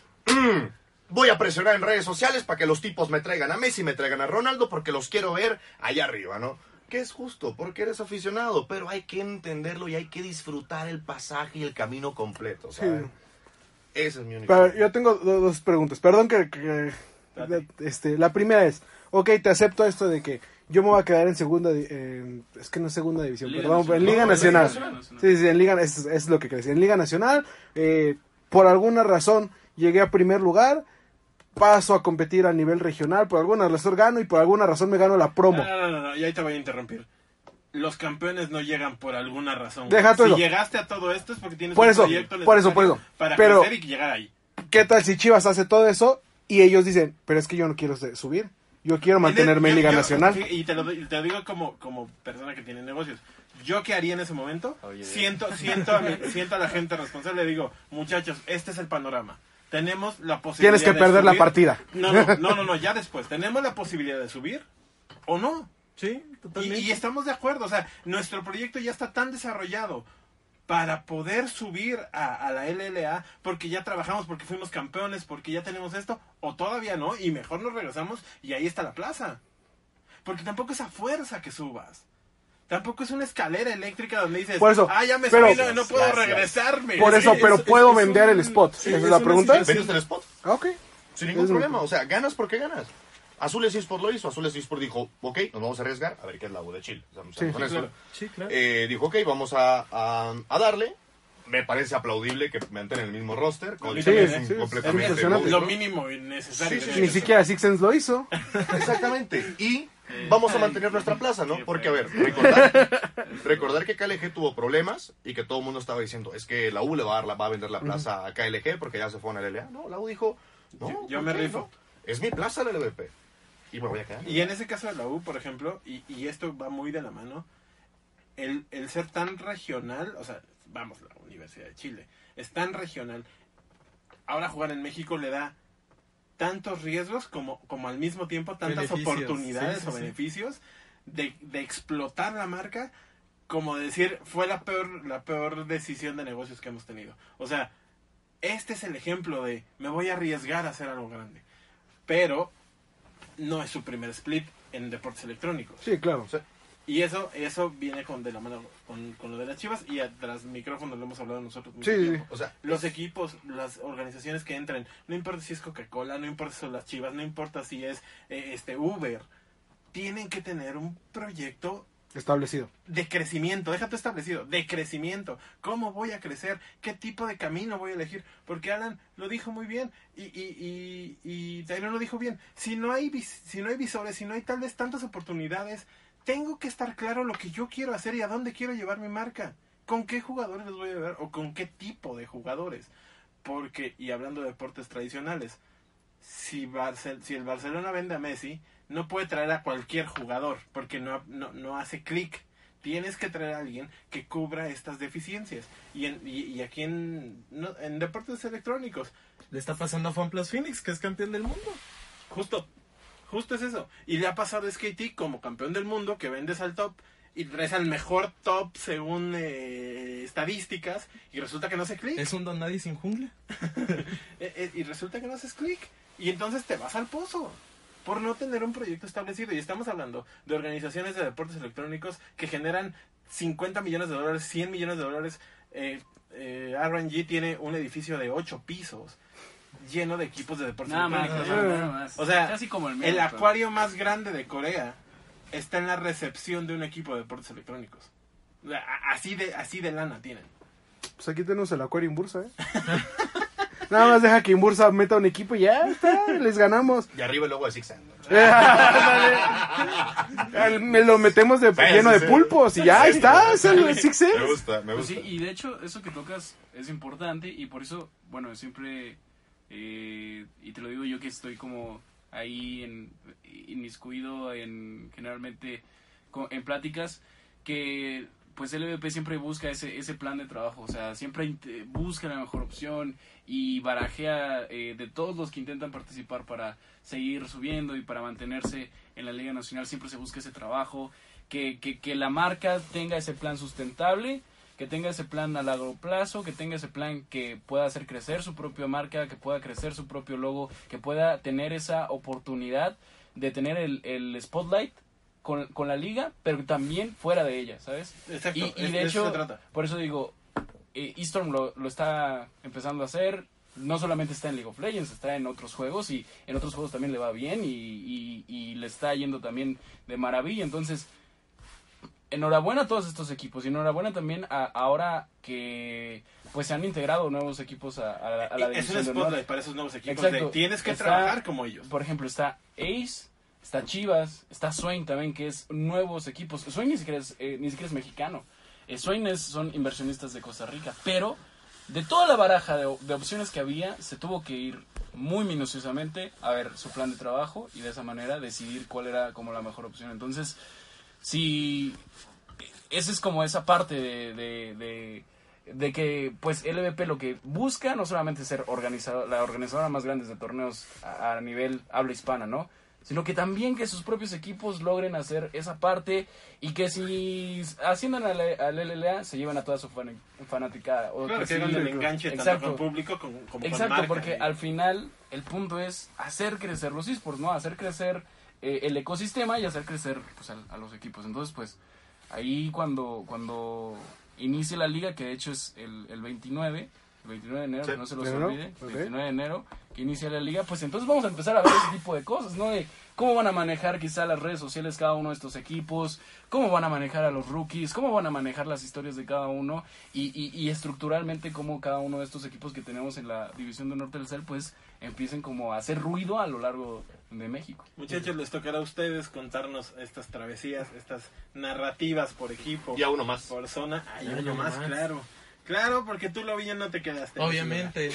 voy a presionar en redes sociales para que los tipos me traigan a Messi, me traigan a Ronaldo, porque los quiero ver allá arriba, ¿no? Que es justo, porque eres aficionado, pero hay que entenderlo y hay que disfrutar el pasaje y el camino completo, ¿sabes? Sí. Ese es mi único... pero yo tengo dos preguntas. Perdón la primera es, ok, te acepto esto de que yo me voy a quedar en segunda, es que no es segunda división, Liga perdón, Nacional. en Liga No, Nacional. Liga Nacional. Sí, en Liga, es lo que crees. En Liga Nacional, por alguna razón llegué a primer lugar, paso a competir a nivel regional, por alguna razón gano y por alguna razón me gano la promo. No, y ahí te voy a interrumpir. Los campeones no llegan por alguna razón. Deja todo si eso. llegaste a todo esto es porque tienes Por un eso, proyecto por eso, necesario para pero- crecer y llegar ahí. ¿Qué tal si Chivas hace todo eso y ellos dicen, pero es que yo no quiero subir, yo quiero mantenerme en Liga Nacional? Y te lo digo como persona que tiene negocios. ¿Yo qué haría en ese momento? Siento a la gente responsable y le digo, muchachos, este es el panorama. Tenemos la posibilidad Tienes que de perder la subir. partida. No, ya después. ¿Tenemos la posibilidad de subir o no? Sí, totalmente. Y estamos de acuerdo, o sea, nuestro proyecto ya está tan desarrollado para poder subir a la LLA, porque ya trabajamos, porque fuimos campeones, porque ya tenemos esto, o todavía no, y mejor nos regresamos y ahí está la plaza. Porque tampoco es a fuerza que subas. Tampoco es una escalera eléctrica donde dices, Por eso, ya me pero- subí, no puedo Gracias. regresarme. Por eso, Sí, pero puedo vender el spot. sí, ¿Esa es es la una pregunta? situación- ¿Vendes el spot? Ah, ok. Sin ningún Es- problema, o sea, ganas porque ganas. Azules eSport lo hizo, Azules eSport dijo, ok, nos vamos a arriesgar, a ver qué es la U de Chile. Seamos Sí, honestos. claro. Sí, claro. Dijo, ok, vamos a darle. Me parece aplaudible que mantengan el mismo roster. Cody Sí, es un sí, completamente es impresionante. Lo monstruo. mínimo y necesario. Sí, sí, Ni siquiera Sixens lo hizo. Exactamente. Y vamos a mantener nuestra plaza, ¿no? qué Porque, a ver, recordar que KLG tuvo problemas y que todo el mundo estaba diciendo, es que la U le va a vender la plaza a KLG porque ya se fue a la LLA. No, la U dijo, no, Yo ¿por me qué? rifo. No. Es mi plaza la LVP. Y me voy a quedar. Y en ese caso de la U, por ejemplo, y esto va muy de la mano, el ser tan regional, o sea, vamos, la Universidad de Chile, es tan regional, ahora jugar en México le da tantos riesgos como al mismo tiempo tantas Beneficios, oportunidades sí, sí, o sí. beneficios de explotar la marca, como decir, fue la peor decisión de negocios que hemos tenido. O sea, este es el ejemplo de, me voy a arriesgar a hacer algo grande. Pero no es su primer split en deportes electrónicos. Sí, claro. Sí. Y eso viene de la mano con lo de las Chivas, y tras micrófono lo hemos hablado nosotros mucho Sí. tiempo. O sea, Los equipos, las organizaciones que entren, no importa si es Coca-Cola, no importa si son las Chivas, no importa si es Uber, tienen que tener un proyecto Establecido. de crecimiento, déjate establecido, de crecimiento. ¿Cómo voy a crecer? ¿Qué tipo de camino voy a elegir? Porque Alan lo dijo muy bien y Tyron lo dijo bien. Si no hay visores, si no hay tal vez tantas oportunidades, tengo que estar claro lo que yo quiero hacer y a dónde quiero llevar mi marca. ¿Con qué jugadores los voy a ver? ¿O con qué tipo de jugadores? Porque, y hablando de deportes tradicionales, si el Barcelona vende a Messi, no puede traer a cualquier jugador, porque no hace clic. Tienes que traer a alguien que cubra estas deficiencias. Y aquí en deportes electrónicos, Le está pasando a FunPlus Phoenix, que es campeón del mundo. Justo es eso. Y le ha pasado a SKT como campeón del mundo, que vendes al top y traes al mejor top según estadísticas, y resulta que no hace clic. Es un don nadie sin jungla. Y resulta que no haces clic. Y entonces te vas al pozo por no tener un proyecto establecido. Y estamos hablando de organizaciones de deportes electrónicos que generan $50 millones, $100 millones. RNG tiene un edificio de 8 pisos lleno de equipos de deportes electrónicos. Nada más. O sea, casi como el mío. el acuario más grande de Corea está en la recepción de un equipo de deportes electrónicos. O sea, así de lana tienen. Pues aquí tenemos el acuario Inbursa, Nada más deja que Inbursa meta un equipo y ya está, les ganamos. y arriba el logo de Sixan. Me lo metemos lleno de pulpos y ya está, es el Six Me Sense. gusta. Pues sí, y de hecho, eso que tocas es importante, y por eso, bueno, siempre, y te lo digo yo que estoy como ahí inmiscuido generalmente en pláticas, que pues el LVP siempre busca ese plan de trabajo, o sea, siempre busca la mejor opción y barajea de todos los que intentan participar para seguir subiendo y para mantenerse en la Liga Nacional. Siempre se busca ese trabajo, que la marca tenga ese plan sustentable, que tenga ese plan a largo plazo, que tenga ese plan que pueda hacer crecer su propia marca, que pueda crecer su propio logo, que pueda tener esa oportunidad de tener el spotlight con la liga, pero también fuera de ella, ¿sabes? Exacto. Y de eso hecho, se trata. por eso digo, eStorm lo está empezando a hacer. No solamente está en League of Legends, está en otros juegos, y en otros juegos también le va bien y le está yendo también de maravilla. Entonces, enhorabuena a todos estos equipos, y enhorabuena también ahora que pues se han integrado nuevos equipos a la Es un división de honor. spotlight para esos nuevos equipos. Exacto. Tienes que Está, trabajar como ellos. Por ejemplo, está Ace, está Chivas, está Swain también, que es nuevos equipos. Swain ni siquiera es mexicano. Swain son inversionistas de Costa Rica, pero de toda la baraja de opciones que había, se tuvo que ir muy minuciosamente a ver su plan de trabajo y de esa manera decidir cuál era como la mejor opción. Entonces, si esa es como esa parte de que pues LVP lo que busca no solamente es ser la organizadora más grande de torneos a nivel habla hispana, ¿no? Sino que también que sus propios equipos logren hacer esa parte, y que si ascienden al LLA se llevan a toda su fanaticada. O Claro, que si- hagan el enganche tanto Exacto. con público como con Exacto, marca. porque al final el punto es hacer crecer los esports, ¿no? Hacer crecer el ecosistema y hacer crecer pues, a los equipos. Entonces, pues, ahí cuando inicie la liga, que de hecho es el 29 de enero, Sí. que no se los ¿De enero? olvide, Ok. 29 de enero, que inicia la liga, pues entonces vamos a empezar a ver ese tipo de cosas, ¿no? De cómo van a manejar quizá las redes sociales cada uno de estos equipos, cómo van a manejar a los rookies, cómo van a manejar las historias de cada uno, y estructuralmente cómo cada uno de estos equipos que tenemos en la división de Norte del Cel, pues empiecen como a hacer ruido a lo largo de México. Muchachos, les tocará a ustedes contarnos estas travesías, estas narrativas por equipo, Y a uno más. por zona. Hay Y uno uno más, más. claro. Claro, porque tú, Loviña, no te quedaste. Obviamente.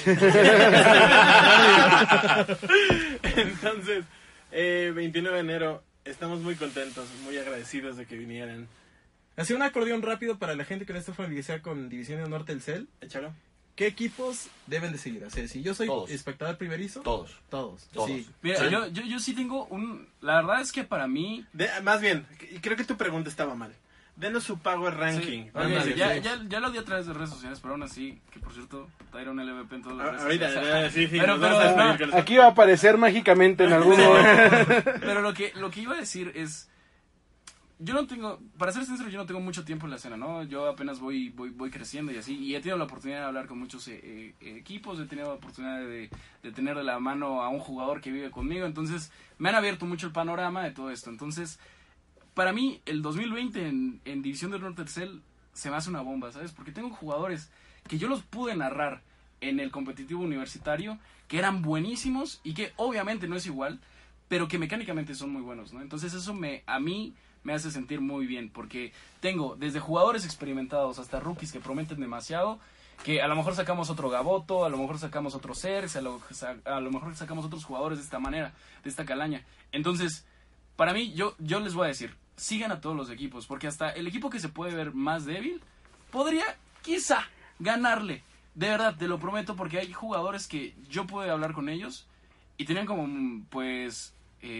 Entonces, 29 de enero, estamos muy contentos, muy agradecidos de que vinieran. Así un acordeón rápido para la gente que no está familiarizada con División de Honor Telcel. Échalo. ¿Qué equipos deben de seguir? O sea, si yo soy Todos. espectador primerizo, Todos. todos. Todos. Sí. Mira, Sí. yo sí tengo la verdad es que para mí... Más bien, creo que tu pregunta estaba mal. Denos su power ranking. Sí, Vamos a ok, decir. ya lo di a través de redes sociales, pero aún así, que por cierto, Tyron LVP en todas las redes Ahorita, sociales. sí, Pero- nos vamos a pero- despedir con eso. Aquí va a aparecer mágicamente en algún momento. Pero lo que iba a decir es, yo no tengo, para ser sincero, yo no tengo mucho tiempo en la escena, ¿no? Yo apenas voy creciendo y así, y he tenido la oportunidad de hablar con muchos equipos, he tenido la oportunidad de tener de la mano a un jugador que vive conmigo, entonces me han abierto mucho el panorama de todo esto. Entonces, para mí, el 2020 en División de Honor Telcel se me hace una bomba, ¿sabes? Porque tengo jugadores que yo los pude narrar en el competitivo universitario, que eran buenísimos y que obviamente no es igual, pero que mecánicamente son muy buenos, ¿no? Entonces eso a mí me hace sentir muy bien, porque tengo desde jugadores experimentados hasta rookies que prometen demasiado, que a lo mejor sacamos otro Gaboto, a lo mejor sacamos otro Cerx, a lo mejor sacamos otros jugadores de esta manera, de esta calaña. Entonces, para mí, yo les voy a decir, sigan a todos los equipos, porque hasta el equipo que se puede ver más débil, podría quizá ganarle. De verdad, te lo prometo, porque hay jugadores que yo pude hablar con ellos y tenían como, pues,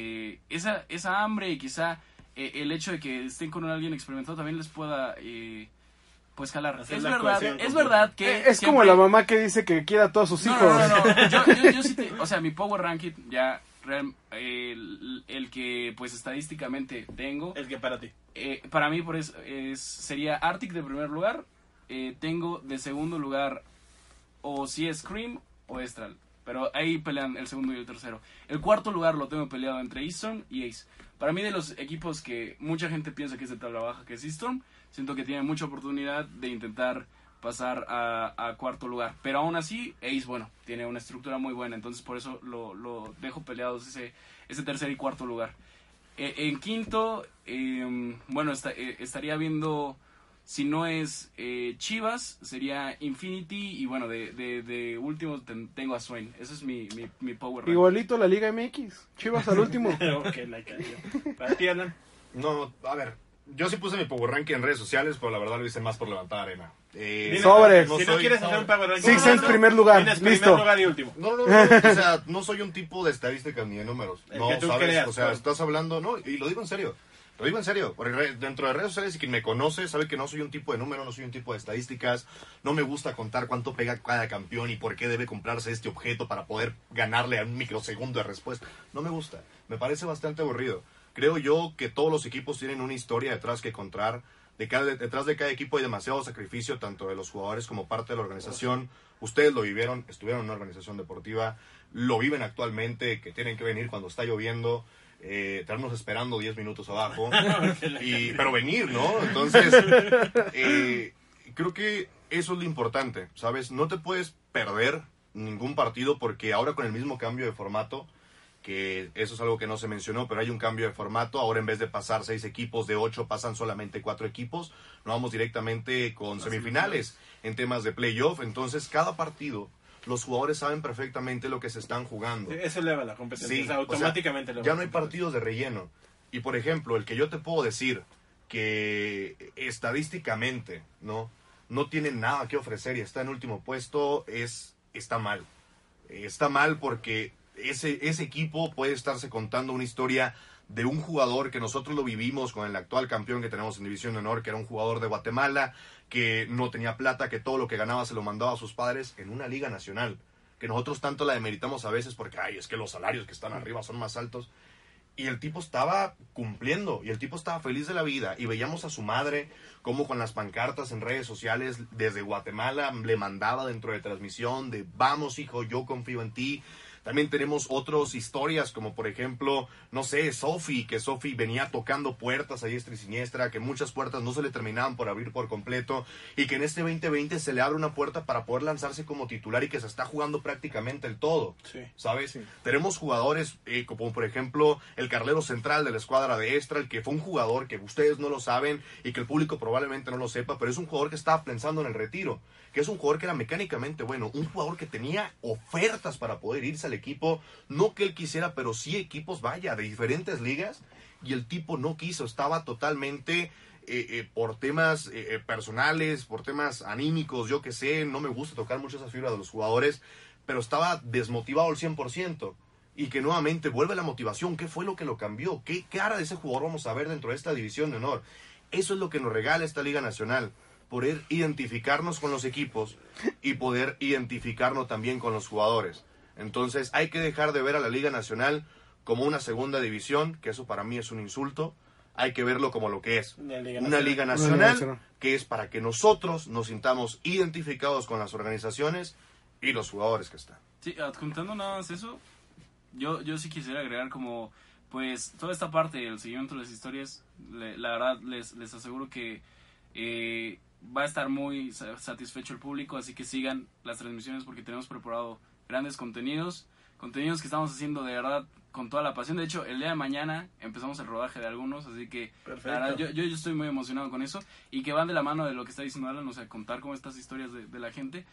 esa hambre y quizá el hecho de que estén con alguien experimentado también les pueda, pues, jalar. Es verdad que... Es siempre... como la mamá que dice que quiere a todos sus hijos. No. Yo sí o sea, mi power ranking ya... el que, pues, estadísticamente tengo... El que para ti. Para mí, sería Arctic de primer lugar. Tengo de segundo lugar o si es Scream o Estral, pero ahí pelean el segundo y el tercero. El cuarto lugar lo tengo peleado entre Eaststorm y Ace. Para mí, de los equipos que mucha gente piensa que es de tabla baja, que es Eaststorm, siento que tiene mucha oportunidad de intentar pasar a cuarto lugar, pero aún así Ace, bueno, tiene una estructura muy buena, entonces por eso lo dejo peleados ese tercer y cuarto lugar. En quinto, bueno, estaría viendo... Si no es Chivas, sería Infinity. Y bueno, de último tengo a Swain. Ese es mi power rank. Igualito la Liga MX. Chivas al último. Ok, para ti, Alan. No, a ver, yo sí puse mi power ranking en redes sociales, pero la verdad lo hice más por levantar arena. Sobres. Si no quieres hacer un power ranking... Six en primer lugar, Tienes listo. primer lugar y último. No, o sea, no soy un tipo de estadísticas ni de números. El No, que tú ¿sabes? creas, O sea, claro. estás hablando, no, y lo digo en serio. Lo digo en serio, porque dentro de redes sociales y quien me conoce sabe que no soy un tipo de número, no soy un tipo de estadísticas, no me gusta contar cuánto pega cada campeón y por qué debe comprarse este objeto para poder ganarle a un microsegundo de respuesta. No me gusta, me parece bastante aburrido. Creo yo que todos los equipos tienen una historia detrás que contar, detrás de cada equipo hay demasiado sacrificio, tanto de los jugadores como parte de la organización. Ustedes lo vivieron, estuvieron en una organización deportiva, lo viven actualmente, que tienen que venir cuando está lloviendo. Estarnos esperando 10 minutos abajo pero venir, ¿no? Entonces creo que eso es lo importante, ¿sabes? No te puedes perder ningún partido porque ahora con el mismo cambio de formato, que eso es algo que no se mencionó, pero hay un cambio de formato, ahora en vez de pasar 6 equipos de 8 pasan solamente 4 equipos, nos vamos directamente con semifinales en temas de playoff, entonces cada partido los jugadores saben perfectamente lo que se están jugando. Eso eleva la competencia, Sí, o sea, automáticamente o sea, eleva ya la no hay competencia. partidos de relleno. Y por ejemplo, el que yo te puedo decir que estadísticamente no tiene nada que ofrecer y está en último puesto, está mal. Está mal porque ese equipo puede estarse contando una historia de un jugador que nosotros lo vivimos con el actual campeón que tenemos en División de Honor, que era un jugador de Guatemala, que no tenía plata, que todo lo que ganaba se lo mandaba a sus padres en una liga nacional, que nosotros tanto la demeritamos a veces porque, es que los salarios que están arriba son más altos, y el tipo estaba cumpliendo, y el tipo estaba feliz de la vida, y veíamos a su madre como con las pancartas en redes sociales desde Guatemala le mandaba dentro de transmisión de, vamos hijo, yo confío en ti. También tenemos otras historias, como por ejemplo, no sé, Sofi, que Sofi venía tocando puertas a diestra y siniestra, que muchas puertas no se le terminaban por abrir por completo, y que en este 2020 se le abre una puerta para poder lanzarse como titular y que se está jugando prácticamente el todo, Sí. ¿sabes? Sí. Tenemos jugadores como por ejemplo el carrilero central de la escuadra de Estral, que fue un jugador que ustedes no lo saben y que el público probablemente no lo sepa, pero es un jugador que estaba pensando en el retiro, que es un jugador que era mecánicamente bueno, un jugador que tenía ofertas para poder irse al equipo, no que él quisiera, pero sí equipos, vaya, de diferentes ligas, y el tipo no quiso, estaba totalmente por temas personales, por temas anímicos, yo que sé, no me gusta tocar mucho esa fibra de los jugadores, pero estaba desmotivado al 100%. Y que nuevamente vuelve la motivación. ¿Qué fue lo que lo cambió? ¿Qué cara de ese jugador vamos a ver dentro de esta División de Honor? Eso es lo que nos regala esta Liga Nacional. Poder identificarnos con los equipos y poder identificarnos también con los jugadores. Entonces hay que dejar de ver a la Liga Nacional como una segunda división, que eso para mí es un insulto. hay que verlo como lo que es. Una liga Una liga Una nacional liga nacional. que es para que nosotros nos sintamos identificados con las organizaciones y los jugadores que están. Sí, adjuntando nada más eso, yo sí quisiera agregar como, pues, toda esta parte, el seguimiento de las historias, la verdad les aseguro que va a estar muy satisfecho el público, así que sigan las transmisiones porque tenemos preparado grandes contenidos que estamos haciendo de verdad con toda la pasión. De hecho, el día de mañana empezamos el rodaje de algunos, así que Perfecto. la verdad, yo estoy muy emocionado con eso y que van de la mano de lo que está diciendo Alan, o sea, contar como estas historias de la gente.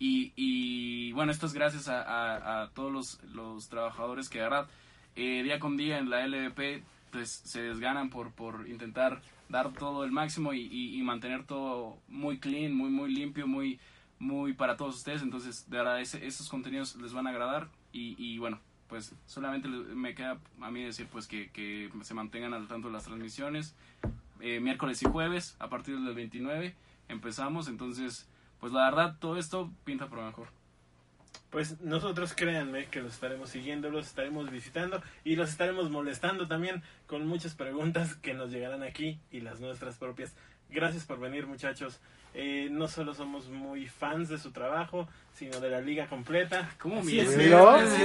Y bueno, esto es gracias a todos los trabajadores que de verdad día con día en la LVP pues se desganan por intentar dar todo el máximo y mantener todo muy clean, muy limpio, muy para todos ustedes. Entonces de verdad esos contenidos les van a agradar y bueno, pues solamente me queda a mí decir pues que se mantengan al tanto de las transmisiones. Miércoles y jueves a partir del 29 empezamos, entonces pues la verdad todo esto pinta por lo mejor. Pues nosotros créanme que los estaremos siguiendo, los estaremos visitando y los estaremos molestando también con muchas preguntas que nos llegarán aquí y las nuestras propias. Gracias por venir, muchachos. No solo somos muy fans de su trabajo, sino de la liga completa. ¿Cómo Así mientes? es.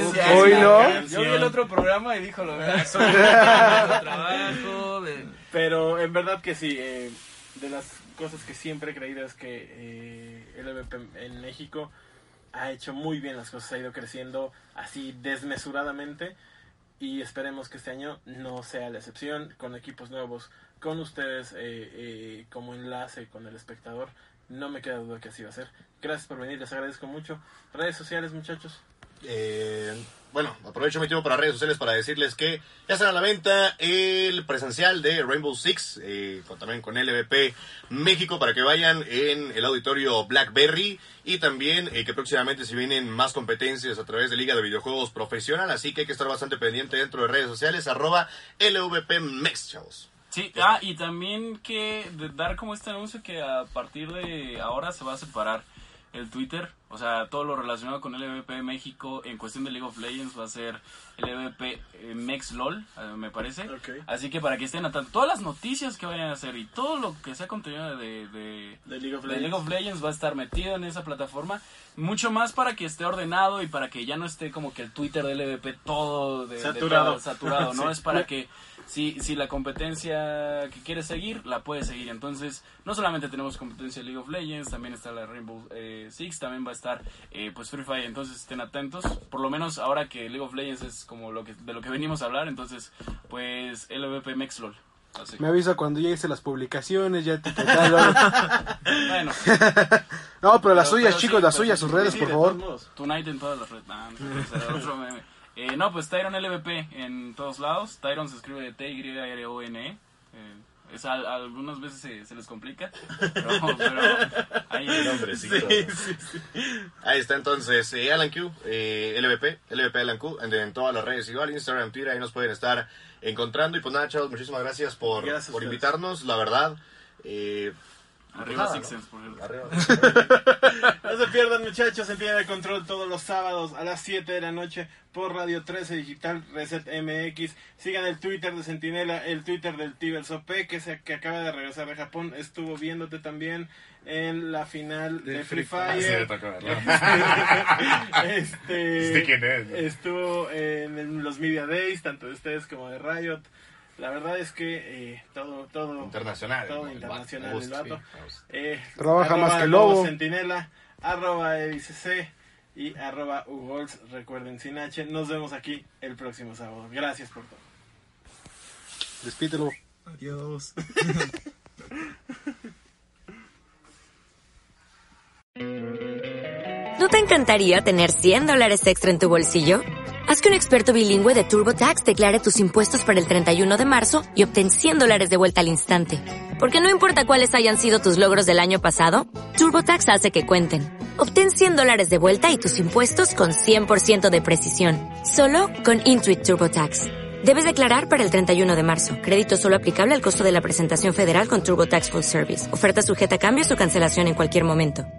¿Oílo? Yo vi el otro programa y dijo lo verdad, soy de trabajo, Pero en verdad que sí, de las cosas que siempre he creído es que LVP en México ha hecho muy bien las cosas, ha ido creciendo así desmesuradamente y esperemos que este año no sea la excepción, con equipos nuevos, con ustedes como enlace con el espectador. No me queda duda que así va a ser. Gracias por venir, les agradezco mucho. Redes sociales, muchachos. Bueno, aprovecho mi tiempo para redes sociales para decirles que ya está a la venta el presencial de Rainbow Six, también con LVP México, para que vayan en el auditorio Blackberry, y también que próximamente se vienen más competencias a través de Liga de Videojuegos Profesional, así que hay que estar bastante pendiente dentro de redes sociales, @LVPmex, chavos. Sí, y también dar como este anuncio que a partir de ahora se va a separar el Twitter, o sea, todo lo relacionado con LVP México en cuestión de League of Legends va a ser LVP MexLOL, me parece. Okay. Así que para que estén atentos, todas las noticias que vayan a hacer y todo lo que sea contenido de League of League of Legends va a estar metido en esa plataforma, mucho más para que esté ordenado y para que ya no esté como que el Twitter de LVP todo saturado, ¿no? Sí. Es para que si la competencia que quieres seguir, la puedes seguir. Entonces, no solamente tenemos competencia de League of Legends, también está la Rainbow Six, también va a estar pues Free Fire, entonces estén atentos. Por lo menos ahora que League of Legends es como de lo que venimos a hablar, entonces pues LVP MexLOL. Así. Me avisa cuando ya hice las publicaciones, ya te total. Bueno, No, pero las suyas, pero chicos, sí, las pues, suyas, sus redes, Sí, por de favor. todos modos. Tonight en todas las redes. No, otro meme. No, pues Tyron LVP en todos lados. Tyron se escribe de T-Y-R-O-N-E. Algunas veces se les complica, pero ahí es. Nombrecito. Ahí está entonces Alan Q, LVP Alan Q, en todas las redes, igual Instagram, Twitter, ahí nos pueden estar encontrando. Y pues nada, chavos, muchísimas gracias por invitarnos, la verdad. Arriba Sixers, por cierto. No se pierdan, muchachos, en Tienda de Control todos los sábados a las 7 de la noche por Radio 13 Digital Reset MX. Sigan el Twitter de Centinela, el Twitter del Tibers OP, que acaba de regresar de Japón. Estuvo viéndote también en la final de Free Fire. Estuvo en los Media Days, tanto de ustedes como de Riot. La verdad es que todo internacional. Todo internacional el vato. Trabaja más que el lobo. Centinela, @EdiCC y @Ugols, recuerden, sin H. Nos vemos aquí el próximo sábado. Gracias por todo. Despídelo. Adiós. ¿No te encantaría tener $100 extra en tu bolsillo? Haz que un experto bilingüe de TurboTax declare tus impuestos para el 31 de marzo y obtén $100 de vuelta al instante. Porque no importa cuáles hayan sido tus logros del año pasado, TurboTax hace que cuenten. Obtén $100 de vuelta y tus impuestos con 100% de precisión. Solo con Intuit TurboTax. Debes declarar para el 31 de marzo. Crédito solo aplicable al costo de la presentación federal con TurboTax Full Service. Oferta sujeta a cambios o cancelación en cualquier momento.